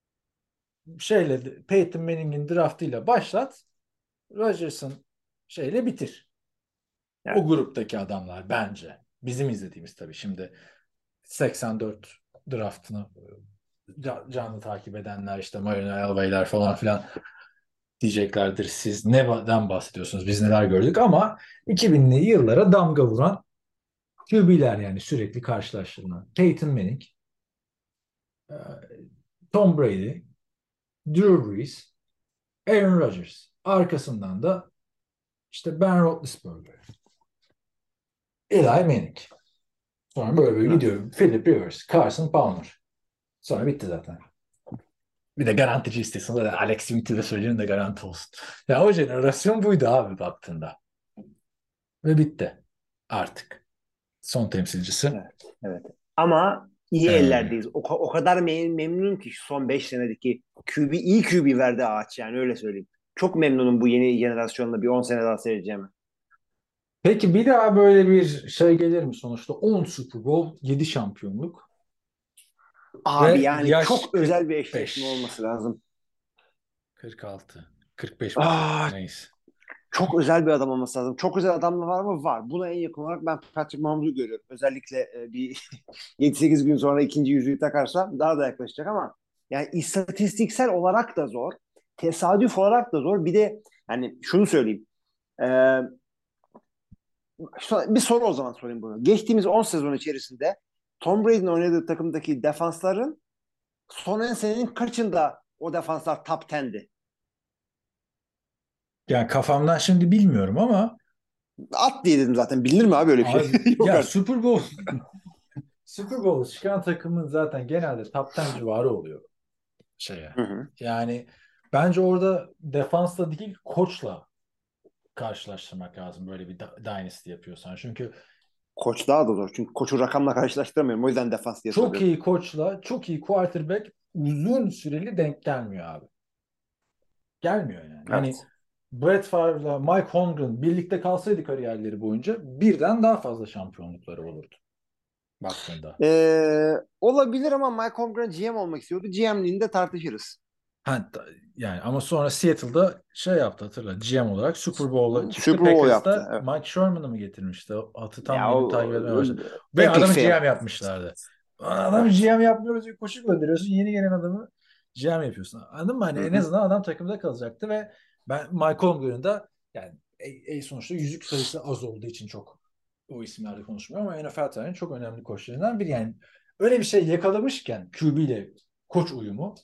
Peyton Manning'in draftıyla başlat Rodgers'ın şeyle bitir. Yani, O gruptaki adamlar bence. Bizim izlediğimiz tabii şimdi 84 draftını canlı takip edenler işte Mariano Elway'ler falan filan diyeceklerdir. Siz neden bahsediyorsunuz? Biz neler gördük ama 2000'li yıllara damga vuran QB'ler yani sürekli karşılaştırılan. Peyton Manning, e, Tom Brady, Drew Brees, Aaron Rodgers. Arkasından da işte Ben Roethlisberger, Eli Manning. Sonra böyle evet. gidiyorum. Philip Rivers, Carson Palmer. Sonra bitti zaten. Bir de garantici istiyorsun. Da Alex Smith'i de söyleyelim de garanti olsun. Ya o jenerasyon buydu abi baktığında. Ve bitti artık. Son temsilcisi. Evet, evet. Ama iyi Ee, ellerdeyiz. O kadar memnunum ki şu son 5 senedeki iyi QB verdi ağaç yani öyle söyleyeyim. Çok memnunum bu yeni jenerasyonla bir 10 sene daha seyredeceğime. peki bir daha böyle bir şey gelir mi sonuçta? 10 Super Bowl, 7 şampiyonluk Abi ve yani yaş çok özel bir eşleşme 45, olması lazım. 46, 45 buçuk Aa, neyse. çok özel bir adam olması lazım. Çok özel adamlar var mı? Var. Buna en yakın olarak ben Patrick Mahomes'u görüyorum. Özellikle bir 7-8 gün sonra ikinci yüzüğü takarsa daha da yaklaşacak ama yani istatistiksel olarak da zor. Tesadüf olarak da zor. Bir de yani şunu söyleyeyim. E, bir soru o zaman sorayım bunu. Geçtiğimiz 10 sezon içerisinde Tom Brady'nin oynadığı takımdaki defansların son 10 senenin kaçında o defanslar top 10'di? Yani kafamdan şimdi bilmiyorum ama At diye dedim zaten. Bilinir mi abi öyle bir şey? abi, Yok ya artık. Super Bowl çıkan takımın zaten genelde top 10 civarı oluyor şeye. Hı hı. Yani bence orada defansla değil koçla karşılaştırmak lazım böyle bir dynasty yapıyorsan. Çünkü Koç daha da zor. Çünkü koçu rakamla karşılaştıramıyorum. O yüzden defans diye çok soruyorum. iyi koçla çok iyi quarterback uzun süreli denk gelmiyor abi. Gelmiyor yani. Hani Evet. Brett Favre'la Mike Holmgren birlikte kalsaydı kariyerleri boyunca birden daha fazla şampiyonlukları olurdu baktığında. Olabilir ama Mike Holmgren GM olmak istiyordu. GM'liğinde tartışırız. Ha, yani ama sonra Seattle'da şey yaptı hatırla GM olarak Super Bowl'a çıktı. Super Bowl yaptı. Packers'ta Evet. Mike Sherman'ı mı getirmişti? O atı tam Ya yeni takip etmeye o başladı. Ve epic adamı fail. GM yapmışlardı. Adamı Evet. GM yapmıyoruz diye koşu gönderiyorsun. Yeni gelen adamı GM yapıyorsun. Anladın mı? Hani Hı en hı. azından adam takımda kalacaktı ve ben Mike Holmgren'ın da yani sonuçta yüzük sayısı az olduğu için çok o isimlerde konuşmuyor ama NFL tarihinin çok önemli koçlarından biri. Yani öyle bir şey yakalamışken QB ile koç uyumu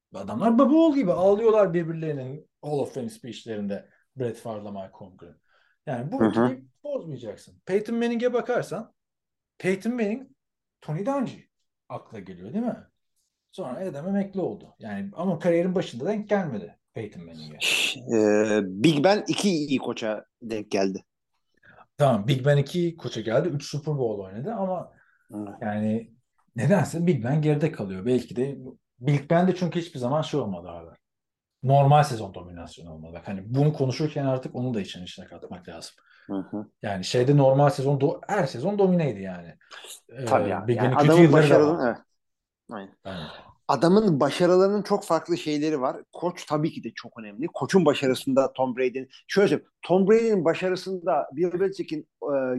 Adamlar baba oğul gibi ağlıyorlar birbirlerinin Hall of Fame speechlerinde Brett Favre'la Mike Holmgren. Yani Hı bu hı. ikiliyi bozmayacaksın. Peyton Manning'e bakarsan Peyton Manning, Tony Dungy akla geliyor değil mi? Sonra adam emekli oldu. Yani ama kariyerin başında denk gelmedi Peyton Manning'e. Big Ben iki iyi koça denk geldi. Tamam, Big Ben 2 koça geldi. 3 Super Bowl oynadı ama Hı. yani nedense Big Ben geride kalıyor. Belki de Big Ben de çünkü hiçbir zaman şey olmadı abi. Normal sezon dominasyonu olmalı. Bak hani bunu konuşurken artık onu da içine katmak lazım. Hı hı. Yani şeyde normal sezon her sezon domineydi yani. Tabii ya. Big Yani Ben'in kötü adamın yılları da başarılı, vardı. evet. Aynen. Yani Adamın başarılarının çok farklı şeyleri var. Koç tabii ki de çok önemli. Koçun başarısında Tom Brady'nin şöyle söyleyeyim. Tom Brady'nin başarısında Bill Belichick'in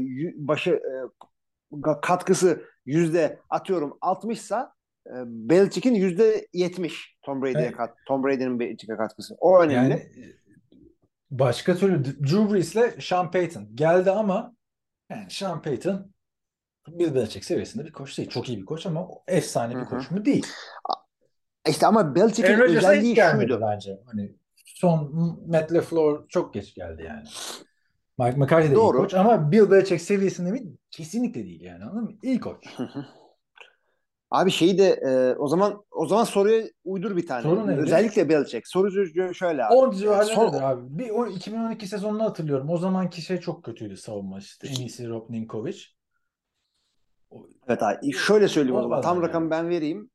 katkısı yüzde atıyorum 60'sa Belichick'in %70 Tom Brady'nin Belichick'e katkısı. O yani önemli. başka türlü Drew Brees'le Sean Payton geldi ama yani Sean Payton Bill Belichick seviyesinde bir koç değil. Çok iyi bir koç ama efsane Hı bir hı. koç mu? Değil. İşte ama Aaron Belichick'in Rodgers'a hiç özelliği gelmedi şuydu. bence. Hani son Matt LaFleur çok geç geldi yani. Mike McCarthy de iyi koç Doğru. ama Bill Belichick seviyesinde mi? Kesinlikle değil yani, anladın mı? İyi koç. Hı hı. Abi şeyi de o zaman soruya uydur bir tane. Soru neydi? Özellikle Belichick. Soru şöyle abi. 10 civarlarındadır Son abi. Bir 2012 sezonunu hatırlıyorum. O zamanki şey çok kötüydü savunma. İşte en iyisi Rob Ninkovich. O, Evet abi. Şöyle söyleyeyim o zaman. oralardan Tam rakamı geldi. ben vereyim.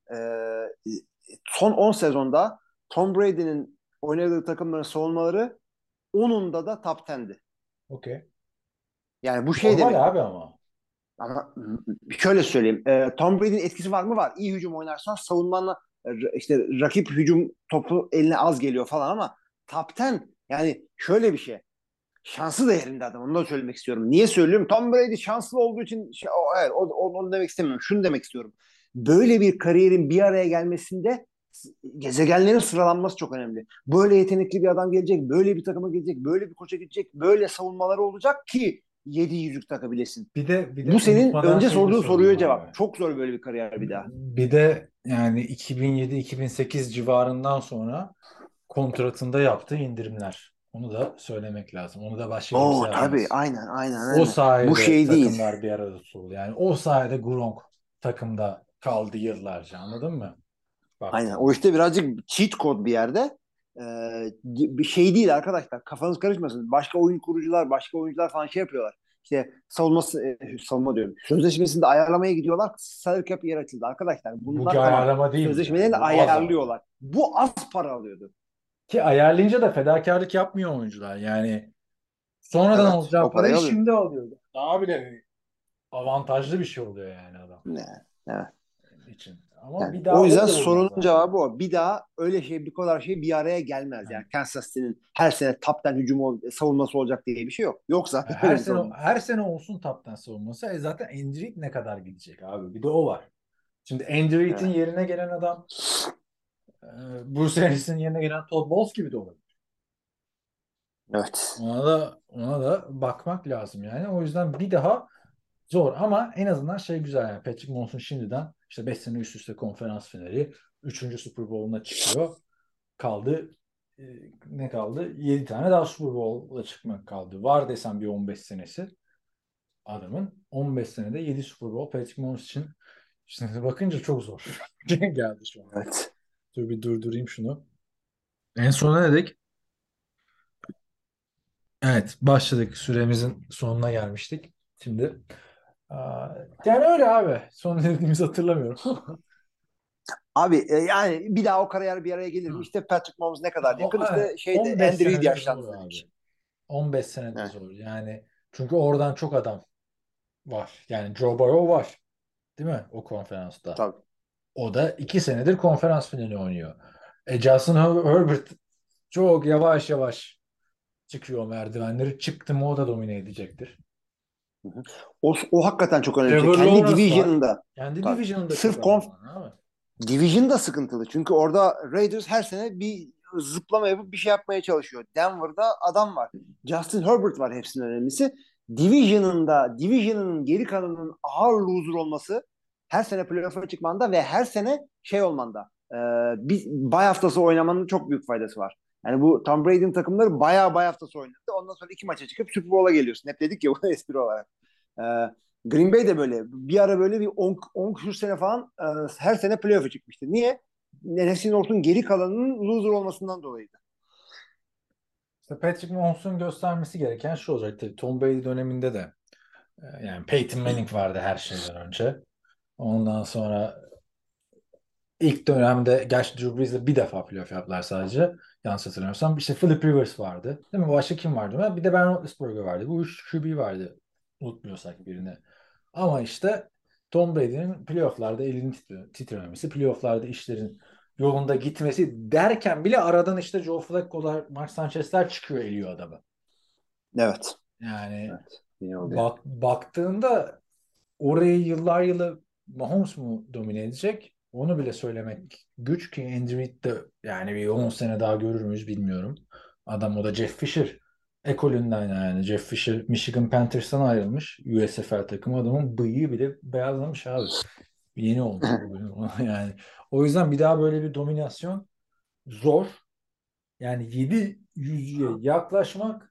Son 10 sezonda Tom Brady'nin oynadığı takımların savunmaları 10'unda da top 10'di. Okey. Yani bu şey Normal demek. abi ama. Ama şöyle söyleyeyim. Tom Brady'nin etkisi var mı? Var. İyi hücum oynarsan savunmanla işte rakip hücum topu eline az geliyor falan ama top 10 yani şöyle bir şey. Şansı da yerinde adam. Onu da söylemek istiyorum. Niye söylüyorum? Tom Brady şanslı olduğu için hayır, onu demek istemiyorum. Şunu demek istiyorum. Böyle bir kariyerin bir araya gelmesinde gezegenlerin sıralanması çok önemli. Böyle yetenekli bir adam gelecek, böyle bir takıma gelecek, böyle bir koça gidecek, böyle savunmaları olacak ki 7 yüzük takabilesin. Bir de Bu senin unutmadan önce şeyi de sorduğun söyleyeyim soruya abi. cevap. Çok zor böyle bir kariyer bir daha. Bir de yani 2007-2008 civarından sonra kontratında yaptığı indirimler. Onu da söylemek lazım. Onu da başka kimse Oo tabii, yapmaz. aynen aynen O aynen. Bu sayede şey değil. takımlar bir arada tutuldu. Yani o sayede Gronk takımda kaldı yıllarca. Anladın mı? Aynen. O Baktığında. işte birazcık cheat code bir yerde. Bir şey değil arkadaşlar. Kafanız karışmasın. Başka oyun kurucular, başka oyuncular falan şey yapıyorlar. İşte savunma diyorum. Sözleşmesinde ayarlamaya gidiyorlar. Salary cap yer açıldı. Arkadaşlar Bu bunlar bir tamam. ayarlama değildi yani. Sözleşmelerini Bu az aldı. ayarlıyorlar. Bu az para alıyordu. Ki ayarlayınca da fedakarlık yapmıyor oyuncular. Yani sonradan Evet. alacağı O parayı parayı alıyor. şimdi alıyor. Daha bile avantajlı bir şey oluyor yani adam Ne? Evet. için. Ama Yani bir o daha o yüzden olmaz sorunun abi. cevabı o. Bir daha öyle şey, bu kadar şey bir araya gelmez. Yani Yani Kansas City'nin her sene top'tan savunması olacak diye bir şey yok. Yok zaten öyle her bir sene savunma. her sene olsun taptan savunması. Zaten Andy Reid ne kadar gidecek abi? Bir de o var. Şimdi Andy Reid'in Evet. yerine gelen adam e, Bruce Arians'ın yerine gelen Todd Bowles gibi de olabilir. Evet. Ona da bakmak lazım yani. O yüzden bir daha zor ama en azından şey güzel yani. Patrick Mahomes'un şimdiden işte 5 sene üst üste konferans finali, üçüncü Super Bowl'una çıkıyor. Kaldı e, ne kaldı? 7 tane daha Super Bowl'a çıkmak kaldı. Var desem bir 15 senesi adamın. 15 senede 7 Super Bowl Patrick Mahomes için şimdi bakınca çok zor. Geldi şu an. Evet. Dur bir durdurayım şunu. En son ne dedik? Evet, başladık. Süremizin sonuna gelmiştik. Şimdi yani öyle abi. Son ne dediğimizi hatırlamıyorum. Abi yani bir daha o kariyer bir araya gelir mi? İşte Patrick Mahomes ne kadar yakın? İşte şeyde 15 Andy Reid senede zor yaşlandı abi. dedik. 15 senede Evet. zor. Yani çünkü oradan çok adam var. Yani Joe Burrow var. Değil mi? O konferansta. Tabii. O da 2 senedir konferans finali oynuyor. Justin Herbert çok yavaş yavaş çıkıyor merdivenleri. Çıktı mı o da domine edecektir. Hı hı. O hakikaten çok önemli bir şey. Trevor Kendi Lawrence var. division'ında. Kendi Tabii. division'ında çok Sırf adam var abi. division da sıkıntılı. Çünkü orada Raiders her sene bir zıplama yapıp bir şey yapmaya çalışıyor. Denver'da adam var. Justin Herbert var hepsinin önemlisi. Division'ın geri kalanının ağır loser olması her sene playoff'a çıkmanda ve her sene şey olmanda bir bay haftası oynamanın çok büyük faydası var. Yani bu Tom Brady'nin takımları bayağı bay haftası oynadı. Ondan sonra 2 maça çıkıp Super Bowl'a geliyorsun. Hep dedik ya bu espri olarak. Ee, Green Bay de böyle. Bir ara böyle bir 10 küsur sene falan her sene playoff'a çıkmıştı. Niye? NFC North'un geri kalanının loser olmasından dolayıydı. İşte Patrick Mahomes'un göstermesi gereken şu olacak tabii. Tom Brady döneminde de yani Peyton Manning vardı her şeyden önce. Ondan sonra ilk dönemde gerçi Drew Brees'le bir defa playoff yaptılar sadece. Yanlış hatırlamıyorsam. İşte Philip Rivers vardı. Değil mi? Başka kim vardı? Bir de Ben Roethlisberger vardı. Bu üç QB vardı. Unutmuyorsak birini. Ama işte Tom Brady'nin playoff'larda elini titrememesi, playoff'larda işlerin yolunda gitmesi derken bile aradan işte Joe Flacco'lar, Mark Sanchez'ler çıkıyor, eliyor adamı. Evet. Yani Evet. Yine oluyor. baktığında orayı yıllar yılı Mahomes mu domine edecek? Onu bile söylemek güç ki Andy Reid de yani bir 10 sene daha görür müyüz bilmiyorum. Adam o da Jeff Fisher ekolünden yani. Jeff Fisher Michigan Panthers'tan ayrılmış. USFL takımı, adamın bıyığı bile beyazlamış abi. Yeni olmuş bugün. Yani o yüzden bir daha böyle bir dominasyon zor. Yani 700'ye yaklaşmak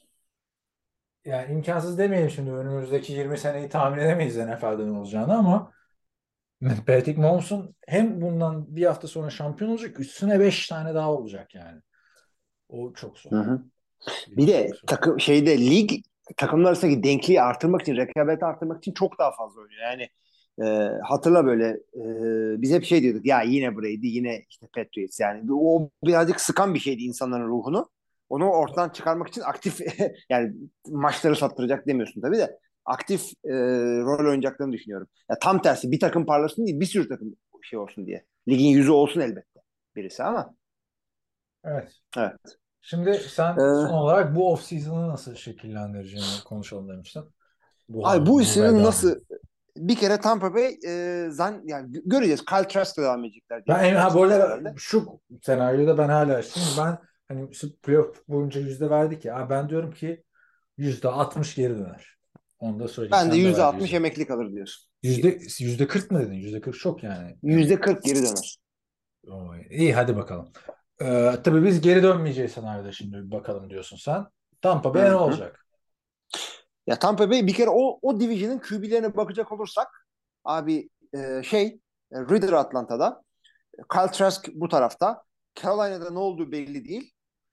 yani imkansız demeyelim, şimdi önümüzdeki 20 seneyi tahmin edemeyiz NFL'de ne olacağını, ama Patrick Mahomes'un hem bundan bir hafta sonra şampiyon olacak, üstüne 5 tane daha olacak yani. O çok zor. Hı hı. Bir Bilmiyorum, çok de zor. lig takımlar arasındaki denkliği artırmak için, rekabeti artırmak için çok daha fazla oynuyor. Yani hatırla böyle biz hep şey diyorduk ya, yine Brady, yine işte Patriots, yani o birazcık sıkan bir şeydi insanların ruhunu. Onu ortadan çıkarmak için aktif yani maçları sattıracak demiyorsun tabii de aktif rol oynayacaklarını düşünüyorum. Ya tam tersi, bir takım parlasın değil, bir sürü takım şey olsun diye. Ligin yüzü olsun elbette birisi ama Evet. evet. Şimdi sen son E, olarak bu off-season'ı nasıl şekillendireceğini konuşalım demiştin. bu Bu işinin veda. nasıl, bir kere Tampa Bay yani göreceğiz. Kyle Trask'la devam edecekler diye Bu düşünüyoruz arada herhalde. şu senaryoda ben hala şimdi hani playoff boyunca yüzde verdik ya. Ben diyorum ki %60 geri döner. Onu da söyleyeyim. Ben de Sen de ver %60 yüzde. emekli kalır diyorsun. Yüzde 40 mı dedin? %40 çok yani. %40 geri döner. İyi, hadi bakalım. Tabii biz geri dönmeyeceğiz senaryoda şimdi bir bakalım diyorsun sen. Tampa Bay ne Hı hı. olacak? Ya Tampa Bay bir kere o division'ın QB'lerine bakacak olursak abi Ridder Atlanta'da, Kyle Trask bu tarafta. Carolina'da ne olduğu belli değil.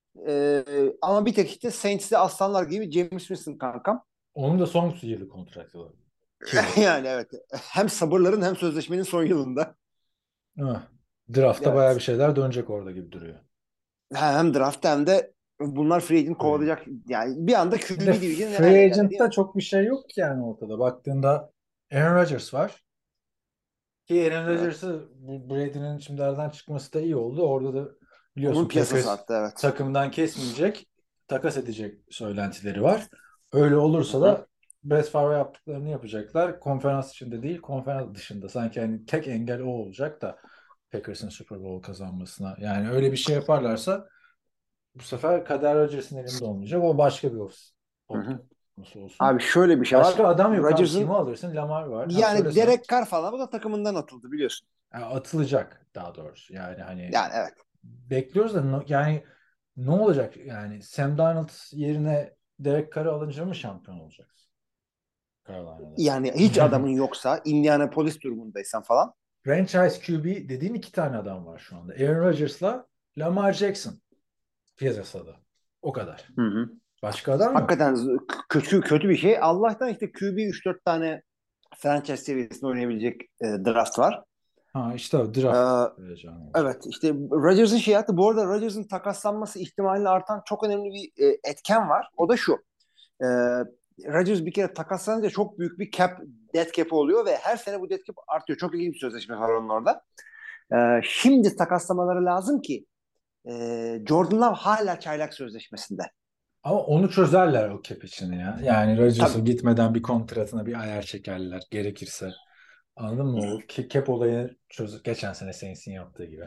Ama bir tek işte Saints'te aslanlar gibi James Winston kankam. Onun da son yıllık kontratı var. 2 yıl. Yani evet. Hem sabırların hem sözleşmenin son yılında. Ah, Draft'ta bayağı bir Evet. şeyler dönecek orada gibi duruyor. Hem draft hem de bunlar free agent Free. kovalayacak. Yani bir anda Bir de QB division ne hale Free geldi değil Agent'ta mi? çok bir şey yok ki yani ortada. Baktığında Aaron Rodgers var. Ki Aaron Evet. Rodgers'ı Brady'nin şimdi aradan çıkması da iyi oldu. Orada da Onun biliyorsun piyasası Packers arttı, evet. takımdan kesmeyecek, takas edecek söylentileri var. Öyle Hı olursa hı. da Brett Favre yaptıklarını yapacaklar. Konferans içinde değil, konferans dışında. Sanki hani tek engel o olacak da Packers'ın Super Bowl kazanmasına. Yani öyle bir şey yaparlarsa bu sefer kader Rodgers'ın elinde olmayacak. O başka bir Hı hı. konusu olsun. Abi şöyle bir şey var. Başka adam yok abi. Kimi Rodgers'ın alırsın? Lamar var. Ha, yani söylesen. Derek Carr falan, bu da takımından atıldı biliyorsun. Yani atılacak daha doğrusu. Yani hani Yani evet. bekliyoruz da yani ne olacak? Yani Sam Darnold yerine Derek Carr'ı alınca mı şampiyon olacaksın Carolina'da? Yani hiç adamın yoksa, Indianapolis durumundaysan falan. Franchise QB dediğin iki tane adam var şu anda. Aaron Rodgers'la Lamar Jackson piyasada. O kadar. Hı hı. Başka adam yok. Hakikaten kötü bir şey. Allah'tan işte QB 3-4 tane franchise seviyesinde oynayabilecek draft var. Ha işte o Ee, draft heyecanı olacak. evet, işte Rodgers'ın şey hayatı, bu arada Rodgers'ın takaslanması ihtimalini artan çok önemli bir etken var. O da şu. E, Rodgers bir kere takaslanınca çok büyük bir dead cap oluyor ve her sene bu dead cap artıyor. Çok ilginç bir sözleşme var onun orada. Şimdi takaslamaları lazım ki Jordan Love hala çaylak sözleşmesinde. Ama onu çözerler o cap içini ya. Yani Rodgers'ın Tabii. gitmeden bir kontratına bir ayar çekerler gerekirse. Anladın mı? O cap olayını çöz, geçen sene Saints'in yaptığı gibi.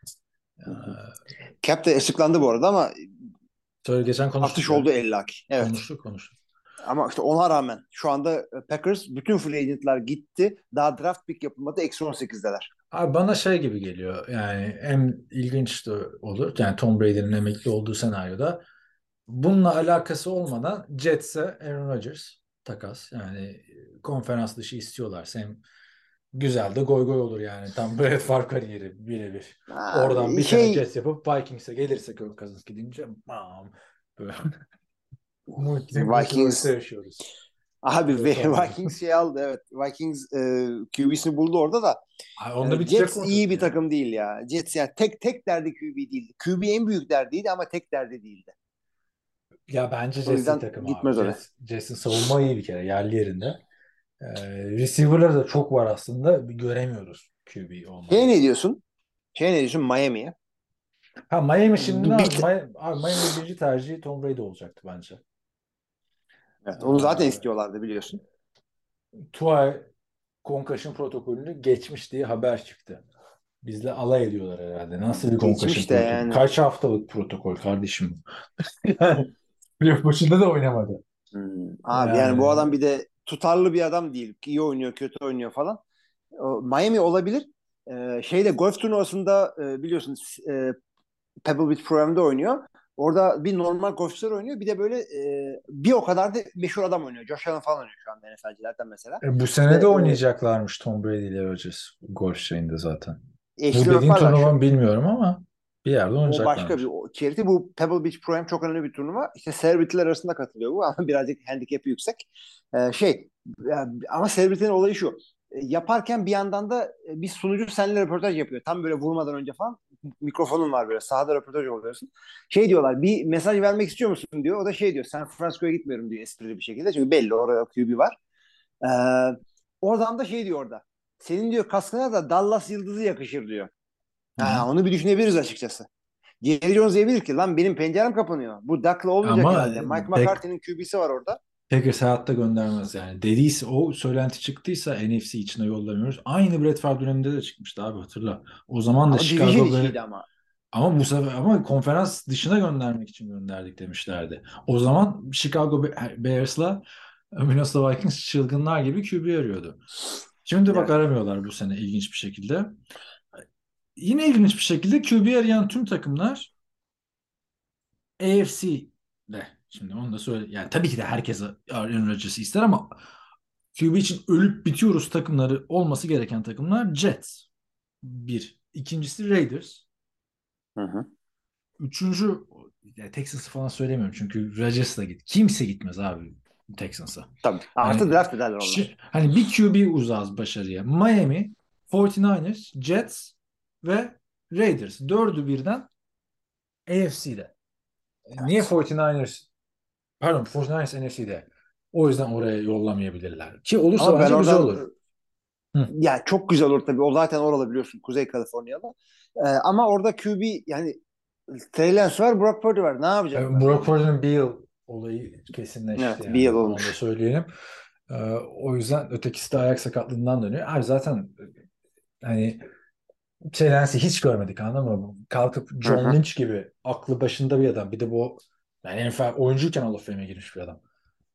Ee, Cap de açıklandı bu arada ama Söyle, geçen konuştuk atış ya. oldu ellaki. Evet. Konuştuk. Ama işte ona rağmen şu anda Packers bütün free agentlar gitti. Daha draft pick yapılmadı. -18'deler. Abi bana şey gibi geliyor. Yani en ilginç de olur. Yani Tom Brady'nin emekli olduğu senaryoda bununla alakası olmadan Jets'e Aaron Rodgers takas. Yani konferans dışı istiyorlarsa hem güzel de goy goy olur yani. Tam Brett Favre kariyeri birebir. Oradan Abi bir sene şey Jets yapıp Vikings'e gelirse Kirk Cousins gidince bam, böyle multiverse Vikings yaşıyoruz. abi Tom Brady. Vikings şey aldı, evet. Vikings QB'sini buldu orada da. Ay, onda bitecek Jets o iyi çocuk bir ya. takım değil ya. Jets yani tek derdi QB değildi. QB en büyük derdiydi ama tek derdi değildi. Ya bence O Jets iyi yüzden takım abi. gitmez oraya. Jets'in savunma iyi bir kere yerli yerinde. Receiver'lar da çok var aslında. Bir göremiyoruz QB Şey olmayı. ne diyorsun? Şey ne diyorsun Miami'ye? Ha Miami şimdi ne Bir, yaptı? Abi, Miami'de birinci tercihi Tom Brady olacaktı bence. evet, onu zaten Ee, istiyorlardı biliyorsun. Tua concussion protokolünü geçmiş diye haber çıktı. Bizle alay ediyorlar herhalde. Nasıl bir concussion Geçmiş de protokol? yani. Kaç haftalık protokol kardeşim? Yani playoff başında da oynamadı. Abi yani bu Yani adam bir de tutarlı bir adam değil. İyi oynuyor, kötü oynuyor falan. Miami olabilir. Şeyde golf turnuvasında biliyorsunuz Pebble Beach Program'da oynuyor. Orada bir normal golfçüler oynuyor. Bir de böyle bir o kadar da meşhur adam oynuyor. Josh Allen falan oynuyor şu anda NFL'cilerden mesela. bu İşte sene de oynayacaklarmış Tom Brady ile Rodgers golf şeyinde zaten. Bu eşli dediğin yaparlar şu turnuva an. bilmiyorum ama bir yerde O başka bir oynayacaklarmış. charity. Bu Pebble Beach Pro çok önemli bir turnuva. İşte celebrity'ler arasında katılıyor bu ama birazcık handicap'i yüksek. Şey ama celebrity'nin olayı şu. Yaparken bir yandan da bir sunucu seninle röportaj yapıyor. Tam böyle vurmadan önce falan mikrofonun var böyle. Sahada röportaj oluyorsun. Şey diyorlar bir mesaj vermek istiyor musun diyor. O da şey diyor San Francisco'ya gitmiyorum diyor esprili bir şekilde. Çünkü belli orada QB var. Ee, oradan da şey diyor orada. Senin diyor kaskına da Dallas yıldızı yakışır diyor. Hı hı. Ha, onu bir düşünebiliriz açıkçası. Jerry Jones diyebilir ki lan benim pencerem kapanıyor. Bu Duck'la olmayacak Ama herhalde. Mike McCarthy'nin QB'si var orada. Packers hayatta göndermez yani. Dediyse o söylenti çıktıysa NFC içine yollamıyoruz. Aynı Brett Favre döneminde de çıkmıştı abi hatırla. O zaman da Ama division Chicago içiydi ama. ama bu sefer ama konferans dışına göndermek için gönderdik demişlerdi. O zaman Chicago Bears'la Minnesota Vikings çılgınlar gibi QB arıyordu. Şimdi bak Evet. aramıyorlar bu sene ilginç bir şekilde. Yine ilginç bir şekilde QB arayan tüm takımlar AFC'de. Şimdi onu da söyle. Yani tabii ki de herkes Aaron Rodgers'ı ister ama QB için ölüp bitiyoruz takımları olması gereken takımlar Jets. Bir. İkincisi Raiders. Hı hı. Üçüncü yani Texans'ı falan söylemiyorum çünkü Rodgers'la git. Kimse gitmez abi Texans'a. Tabii. Artı Yani draft ederler onlar. hani bir QB uzağız başarıya. Miami, 49ers, Jets ve Raiders. Dördü birden AFC'de. Niye Evet. 49ers pardon 49ers NFC'de. O yüzden oraya yollamayabilirler. Ki olursa Ama ben bence güzel oradan olur. Hı. ya çok güzel olur tabii. O zaten oralı biliyorsun. Kuzey Kaliforniya'da. Ama orada QB yani Trey Lance var, Brock Purdy var. Ne yapacaklar Brock yani? Purdy'nin bir yıl olayı kesinleşti Evet, bir yıl yani. Onu da olmuş. söyleyelim. O yüzden ötekisi de ayak sakatlığından dönüyor. Abi zaten hani Chelsea'yi hiç görmedik anladın mı? Kalkıp Hı John hı. Lynch gibi aklı başında bir adam. Bir de bu yani NFL oyuncuyken Hall of Fame'e girmiş bir adam.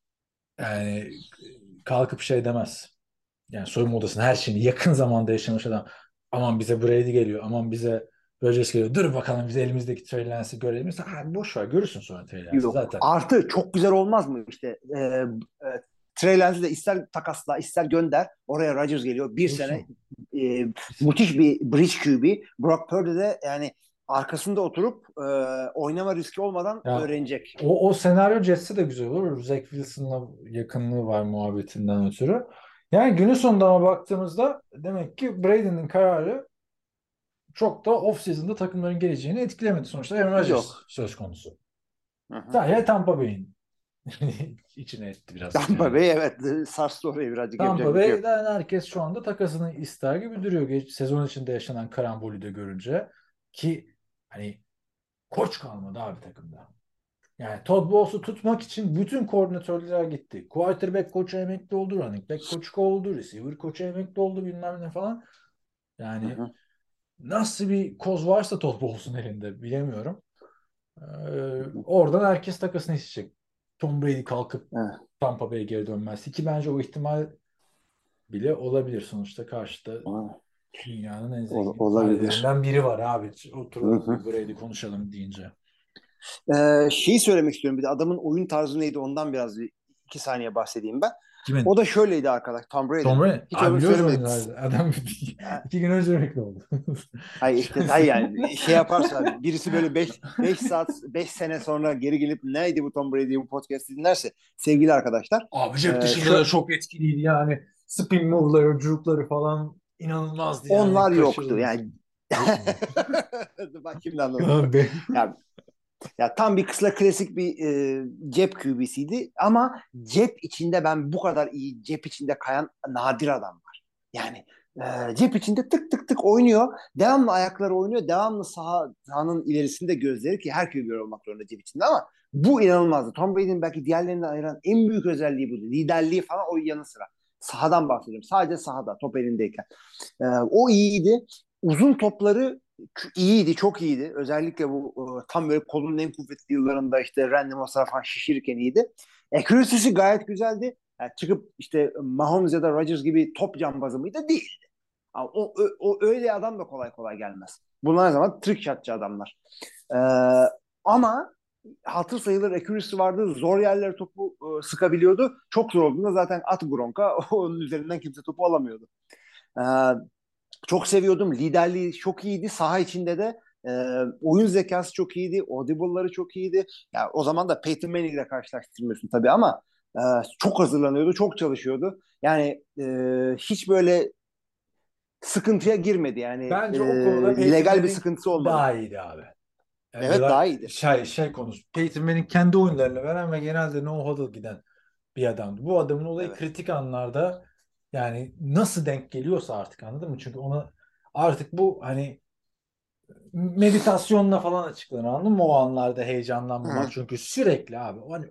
Yani kalkıp şey demez. Yani soyunma odasının her şeyini yakın zamanda yaşamış adam. Aman bize Brady geliyor. Aman bize Rodgers geliyor. Dur bakalım biz elimizdeki Trey Lance'i görelim. Ha, boş ver görürsün sonra Trey Lance'i Yok. zaten. Artı çok güzel olmaz mı işte Trey Lance'i de ister takasla ister gönder. Oraya Rodgers geliyor. Bir sene Dursun. müthiş bir bridge QB. Brock Purdy de yani arkasında oturup oynama riski olmadan Ya öğrenecek. o senaryo Jets'e de güzel olur. Zach Wilson'la yakınlığı var muhabbetinden ötürü. Yani günün sonunda ama baktığımızda demek ki Brady'nin kararı çok da off-season'da takımların geleceğini etkilemedi. Sonuçta Aaron Rodgers Yok. söz konusu. Hı hı. Sadece Tampa Bay'in içine etti biraz. Tampa Yani Bay evet sarstı orayı birazcık Tampa yapacak bir şey yok. Bay'den herkes şu anda takasını ister gibi duruyor. Sezon içinde yaşanan karambolü de görünce ki hani koç kalmadı abi takımda. Yani Todd Bowles'u tutmak için bütün koordinatörler gitti. Quarterback koçu emekli oldu, running back koçu oldu, receiver koçu emekli oldu bilmem ne falan. Hı Yani hı. nasıl bir koz varsa Todd Bowles'un elinde bilemiyorum. Oradan herkes takasını isteyecek. Tom Brady kalkıp Evet. Tampa Bay'e geri dönmez ki bence o ihtimal bile olabilir sonuçta karşıda Hı. Dünyanın en zengin Olabilir. ailelerinden biri var abi. Hı Oturalım hı. bir Brady konuşalım deyince. Şeyi söylemek istiyorum. Bir de adamın oyun tarzı neydi ondan biraz bir 2 saniye bahsedeyim ben. O Kimin? da şöyleydi arkadaş. Tom Tom Brady'nin. Brady. Hiç Abi onu biliyoruz söylemedik. oyunlarda. Adam 2 gün önce emekli oldu. Hayır işte hayır yani şey yaparsa birisi böyle 5 saat 5 sene sonra geri gelip neydi bu Tom Brady bu podcast'i dinlerse sevgili arkadaşlar Abi cep dışında da şu çok etkiliydi yani. Spin move'ları, juke'ları falan inanılmazdı yani. onlar yoktu Kaçırılmaz. yani. Yok mu? Bak şimdi anladım. Abi. Ya, ya tam bir kısla klasik bir cep QB'siydi ama cep içinde ben bu kadar iyi cep içinde kayan nadir adam var. Yani cep içinde tık tık tık oynuyor. Devamlı ayakları oynuyor. Devamlı sahanın ilerisinde gözleri ki her QB olmak zorunda cep içinde ama bu inanılmazdı. Tom Brady'nin belki diğerlerinden ayıran en büyük özelliği buydu. Liderliği falan o yanı sıra. Sahadan bahsediyorum. Sadece sahada top elindeyken. O iyiydi. Uzun topları iyiydi, çok iyiydi. Özellikle bu tam böyle kolunun en kuvvetli yıllarında işte Randy Moss'lara falan şişirirken iyiydi. Accuracy'si gayet güzeldi. Yani çıkıp işte Mahomes ya da Rodgers gibi top cambazı mıydı? Değil. O öyle adam da kolay kolay gelmez. Bunlar her zaman trick shotçı adamlar. Ee, ama hatır sayılır accuracy vardı. Zor yerlere topu sıkabiliyordu. Çok zor olduğunda zaten at Gronk'a onun üzerinden kimse topu alamıyordu. Ee, çok seviyordum. Liderliği çok iyiydi. Saha içinde de oyun zekası çok iyiydi. Audible'ları çok iyiydi. Ya o zaman da Peyton Manning'le karşılaştırmıyorsun tabii ama çok hazırlanıyordu, çok çalışıyordu. Yani hiç böyle sıkıntıya girmedi. Yani Bence o konuda Peyton legal bir Manning sıkıntısı olmadı. daha iyiydi abi. Yani Evet daha iyiydi. şey konusu. Peyton Manning kendi oyunlarını veren ve genelde no huddle giden bir adamdı. Bu adamın olayı Evet. kritik anlarda yani nasıl denk geliyorsa artık anladın mı? Çünkü ona artık bu hani meditasyonla falan açıklanır anladın mı? O anlarda heyecanlanmamak. Hı-hı. Çünkü sürekli abi hani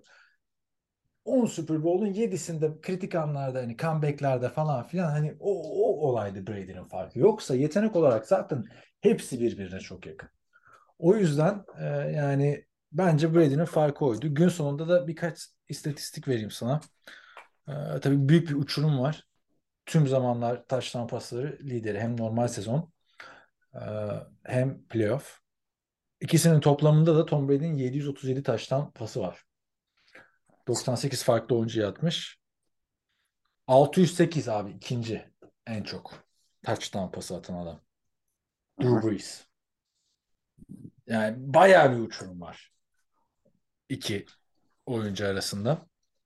10 Super Bowl'un 7'sinde kritik anlarda hani comeback'lerde falan filan hani o olaydı Brady'nin farkı. Yoksa yetenek olarak zaten hepsi birbirine çok yakın. O yüzden yani bence Brady'nin farkı oydu. Gün sonunda da birkaç istatistik vereyim sana. Tabii büyük bir uçurum var. Tüm zamanlar touchdown pasları lideri hem normal sezon e, hem playoff. İkisinin toplamında da Tom Brady'nin 737 touchdown pası var. 98 farklı oyuncuya atmış. 608 abi ikinci en çok touchdown pası atan adam. Drew Hı-hı. Brees. Yani bayağı bir uçurum var iki oyuncu arasında.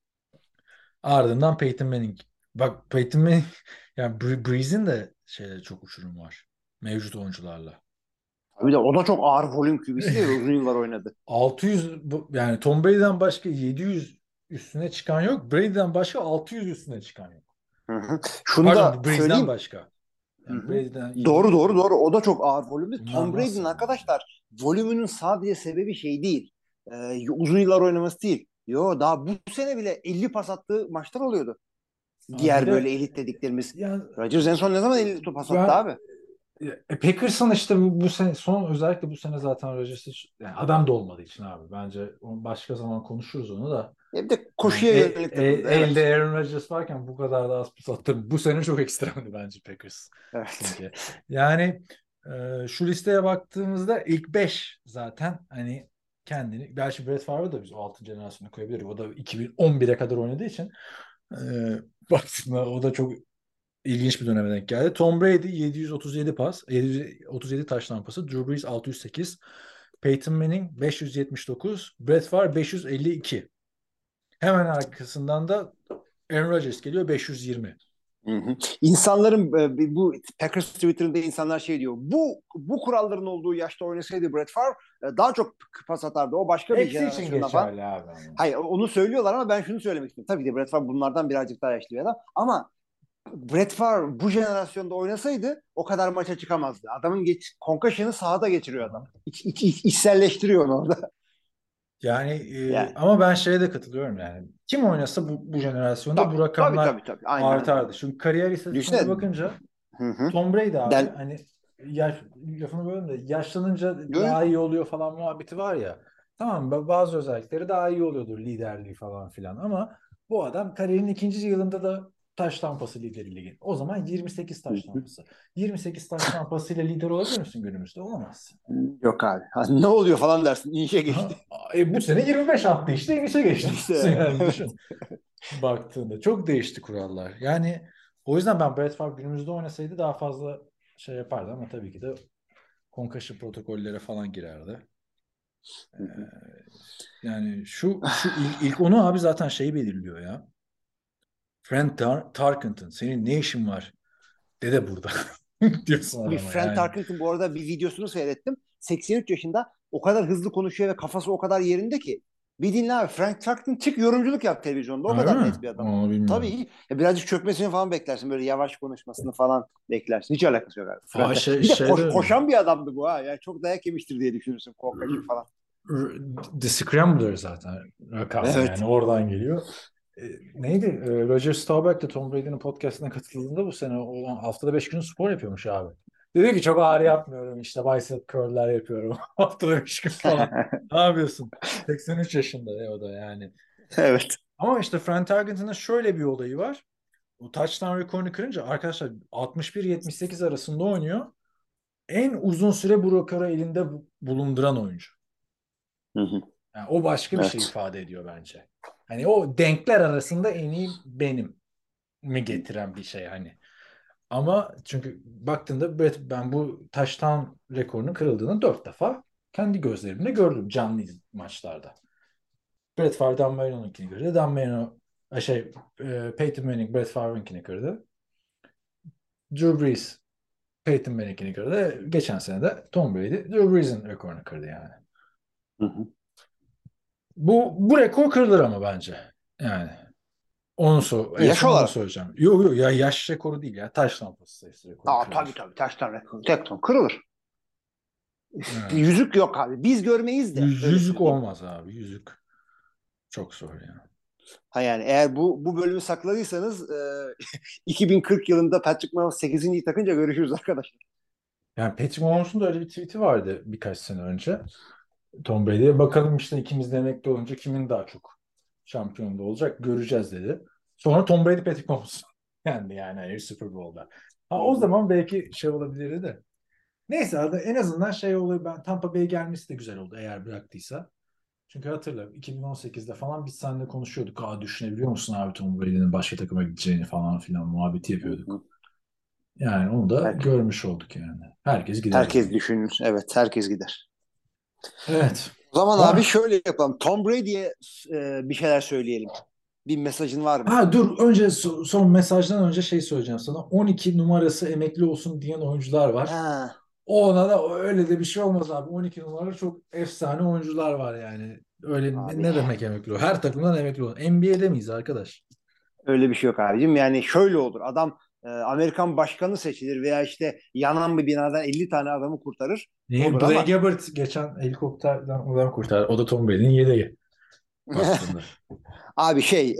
Ardından Peyton Manning. Bak Peyton Manning yani Breeze'in de şeyde çok uçurum var. Mevcut oyuncularla. Bir de o da çok ağır volüm QB'si değil mi? Uzun yıllar oynadı. 600 yani Tom Brady'den başka 700 üstüne çıkan yok. Brady'den başka 600 üstüne çıkan yok. Hı-hı. Şunu Pardon da Breeze'den söyleyeyim. başka. Hı Yani hı. Brady'den Doğru 700 doğru doğru. O da çok ağır volümlü. bunlar Tom Brady'nin nasıl yani? arkadaşlar volümünün sadece sebebi şey değil. Uzun yıllar oynaması değil. Yo daha bu sene bile 50 pas attığı maçlar oluyordu. Abi bir Diğer böyle de elit dediklerimiz. yani Rodgers en son ne zaman 50 pas attı ben abi? Packers'ın işte bu sene son özellikle bu sene zaten Rodgers yani adam da olmadığı için abi bence başka zaman konuşuruz onu da. Bir de Yani koşuya yönelik takımdı. Evet. elde Aaron Rodgers varken bu kadar da az pas attım. Bu sene çok ekstremdi bence Packers. Evet. Çünkü yani şu listeye baktığımızda ilk 5 zaten hani kendini gerçi Brett Favre da biz o 6. jenerasyona koyabiliriz. O da 2011'e kadar oynadığı için e, baktığında o da çok ilginç bir döneme denk geldi. Tom Brady 737 pas, 737 taş tampası, Drew Brees 608, Peyton Manning 579, Brett Favre 552. Hemen arkasından da Aaron Rodgers geliyor 520. Hı hı. İnsanların bu Packers Twitter'ında insanlar şey diyor. Bu kuralların olduğu yaşta oynasaydı Brett Favre daha çok pas atardı. O başka bir Hepsi için jenerasyondan falan. geçerli abi. Ama. Hayır onu söylüyorlar ama ben şunu söylemek istiyorum. Tabii ki Brett Favre bunlardan birazcık daha yaşlı bir adam. Ama Brett Favre bu jenerasyonda oynasaydı o kadar maça çıkamazdı. Adamın concussion'ı sahada geçiriyor adam. İçselleştiriyor onu orada. Yani Yani. ama ben şeye de katılıyorum yani. Kim oynasa bu jenerasyonda Tabii. bu Tabii rakamlar tabii tabii. Aynen öyle. artardı. Çünkü kariyer istatistiklerine Düşünsene. bakınca Hı hı. Tom Brady abi Del, hani lafını bölüyorum da yaşlanınca Gör- daha iyi oluyor falan muhabbeti var ya. Tamam bazı özellikleri daha iyi oluyordur liderliği falan filan ama bu adam kariyerinin ikinci yılında da taş tampası lideri ligin. O zaman 28 taş tampası. 28 taş tampasıyla lider olabilir misin günümüzde? Olamazsın. Yok abi. Ha, ne oluyor falan dersin. İnişe geçti. Bu sene 25 attı işte inişe geçti. İşte, Yani evet. düşün. Baktığında çok değişti kurallar. Yani o yüzden ben Brett Favre günümüzde oynasaydı daha fazla şey yapardı ama tabii ki de konkaşı protokollere falan girerdi. Ee, yani şu ilk onu abi zaten şey belirliyor ya. Frank Tarkenton senin ne işin var? Dede burada. Diyorsun Bir adama Frank yani. Tarkenton bu arada bir videosunu seyrettim. 83 yaşında o kadar hızlı konuşuyor ve kafası o kadar yerinde ki. Bir dinle abi. Frank Tarkenton çık yorumculuk yap televizyonda. O Öyle kadar mi? net bir adam. Onu bilmiyorum. Tabii. Ya birazcık çökmesini falan beklersin. Böyle yavaş konuşmasını falan beklersin. Hiç alakası yok abi. Aa, Bir de şeyde koşan bir adamdı bu ha. Yani çok dayak yemiştir diye düşünürsün. Korkacık falan. The Scrambler zaten rakamı Evet. yani oradan geliyor. Neydi? Roger Staubach de Tom Brady'nin podcastine katıldığında bu sene olan haftada 5 gün spor yapıyormuş abi. Dedi ki çok ağır yapmıyorum işte bicep curl'ler yapıyorum haftada 5 gün falan. Ne yapıyorsun? 83 yaşında o da yani. Evet. Ama işte Frank Tarkenton'ın şöyle bir olayı var. O touchdown rekorunu kırınca arkadaşlar 61-78 arasında oynuyor. En uzun süre bu rekoru elinde bulunduran oyuncu. Hı hı. Yani o başka bir şey Evet. ifade ediyor bence. Hani o denkler arasında en iyi benim mi getiren bir şey hani. Ama çünkü baktığında ben bu touchdown rekorunun kırıldığını 4 defa kendi gözlerimle gördüm canlı maçlarda. Brett Favre Dan Marino'nunkini kırdı. Dan Marino Peyton Manning Brett Favre'ınkini kırdı. Drew Brees Peyton Manning'ini kırdı. Geçen sene de Tom Brady Drew Brees'in rekorunu kırdı yani. Hı hı. Bu rekor kırılır ama bence. Yani onu en Yaş son onu olarak. söyleyeceğim. Yok ya yaş rekoru değil ya. Taş tampası sayısı rekoru Tabii kırılır. tabii. Taştan rekor. Tekton kırılır. Evet. Yüzük yok abi. Biz görmeyiz de. Öyle Yüzük söyleyeyim. olmaz abi. Yüzük çok zor yani. Ha yani eğer bu bölümü sakladıysanız 2040 yılında Patrick Mahomes 8.'yi takınca görüşürüz arkadaşlar. Yani Patrick Mahomes'un da öyle bir tweet'i vardı birkaç sene önce. Tom Brady'ye bakalım işte ikimiz de emekli olunca kimin daha çok şampiyonluğu olacak göreceğiz dedi. Sonra Tom Brady Patrick Mahomes yendi yani hani Super Bowl'da. Ha, Hı o hı. zaman belki şey olabilirdi de. Neyse en azından şey oluyor. Ben Tampa Bay'e gelmesi de güzel oldu eğer bıraktıysa. Çünkü hatırla 2018'de falan biz seninle konuşuyorduk. Düşünebiliyor musun abi Tom Brady'nin başka takıma gideceğini falan filan muhabbeti Hı hı. yapıyorduk. Yani onu da Herkes, görmüş olduk yani. Herkes gider o herkes zaman. düşünür. Evet, herkes gider. Evet. O zaman abi Var. şöyle yapalım. Tom Brady'ye bir şeyler söyleyelim. Bir mesajın var mı? Ha dur önce son mesajdan önce şey söyleyeceğim sana. 12 numarası emekli olsun diyen oyuncular var. Ha, Ona da öyle de bir şey olmaz abi. 12 numara çok efsane oyuncular var yani. Öyle abi ne demek emekli olur? Her takımdan emekli olur. NBA'de miyiz arkadaş? öyle bir şey yok abicim. Yani şöyle olur. Adam Amerikan başkanı seçilir veya işte yanan bir binadan 50 tane adamı kurtarır. Niye? Olur Blaine ama Gabbert geçen helikopterden adam kurtardı. O da Tom Brady'nin yedeği baktığında. abi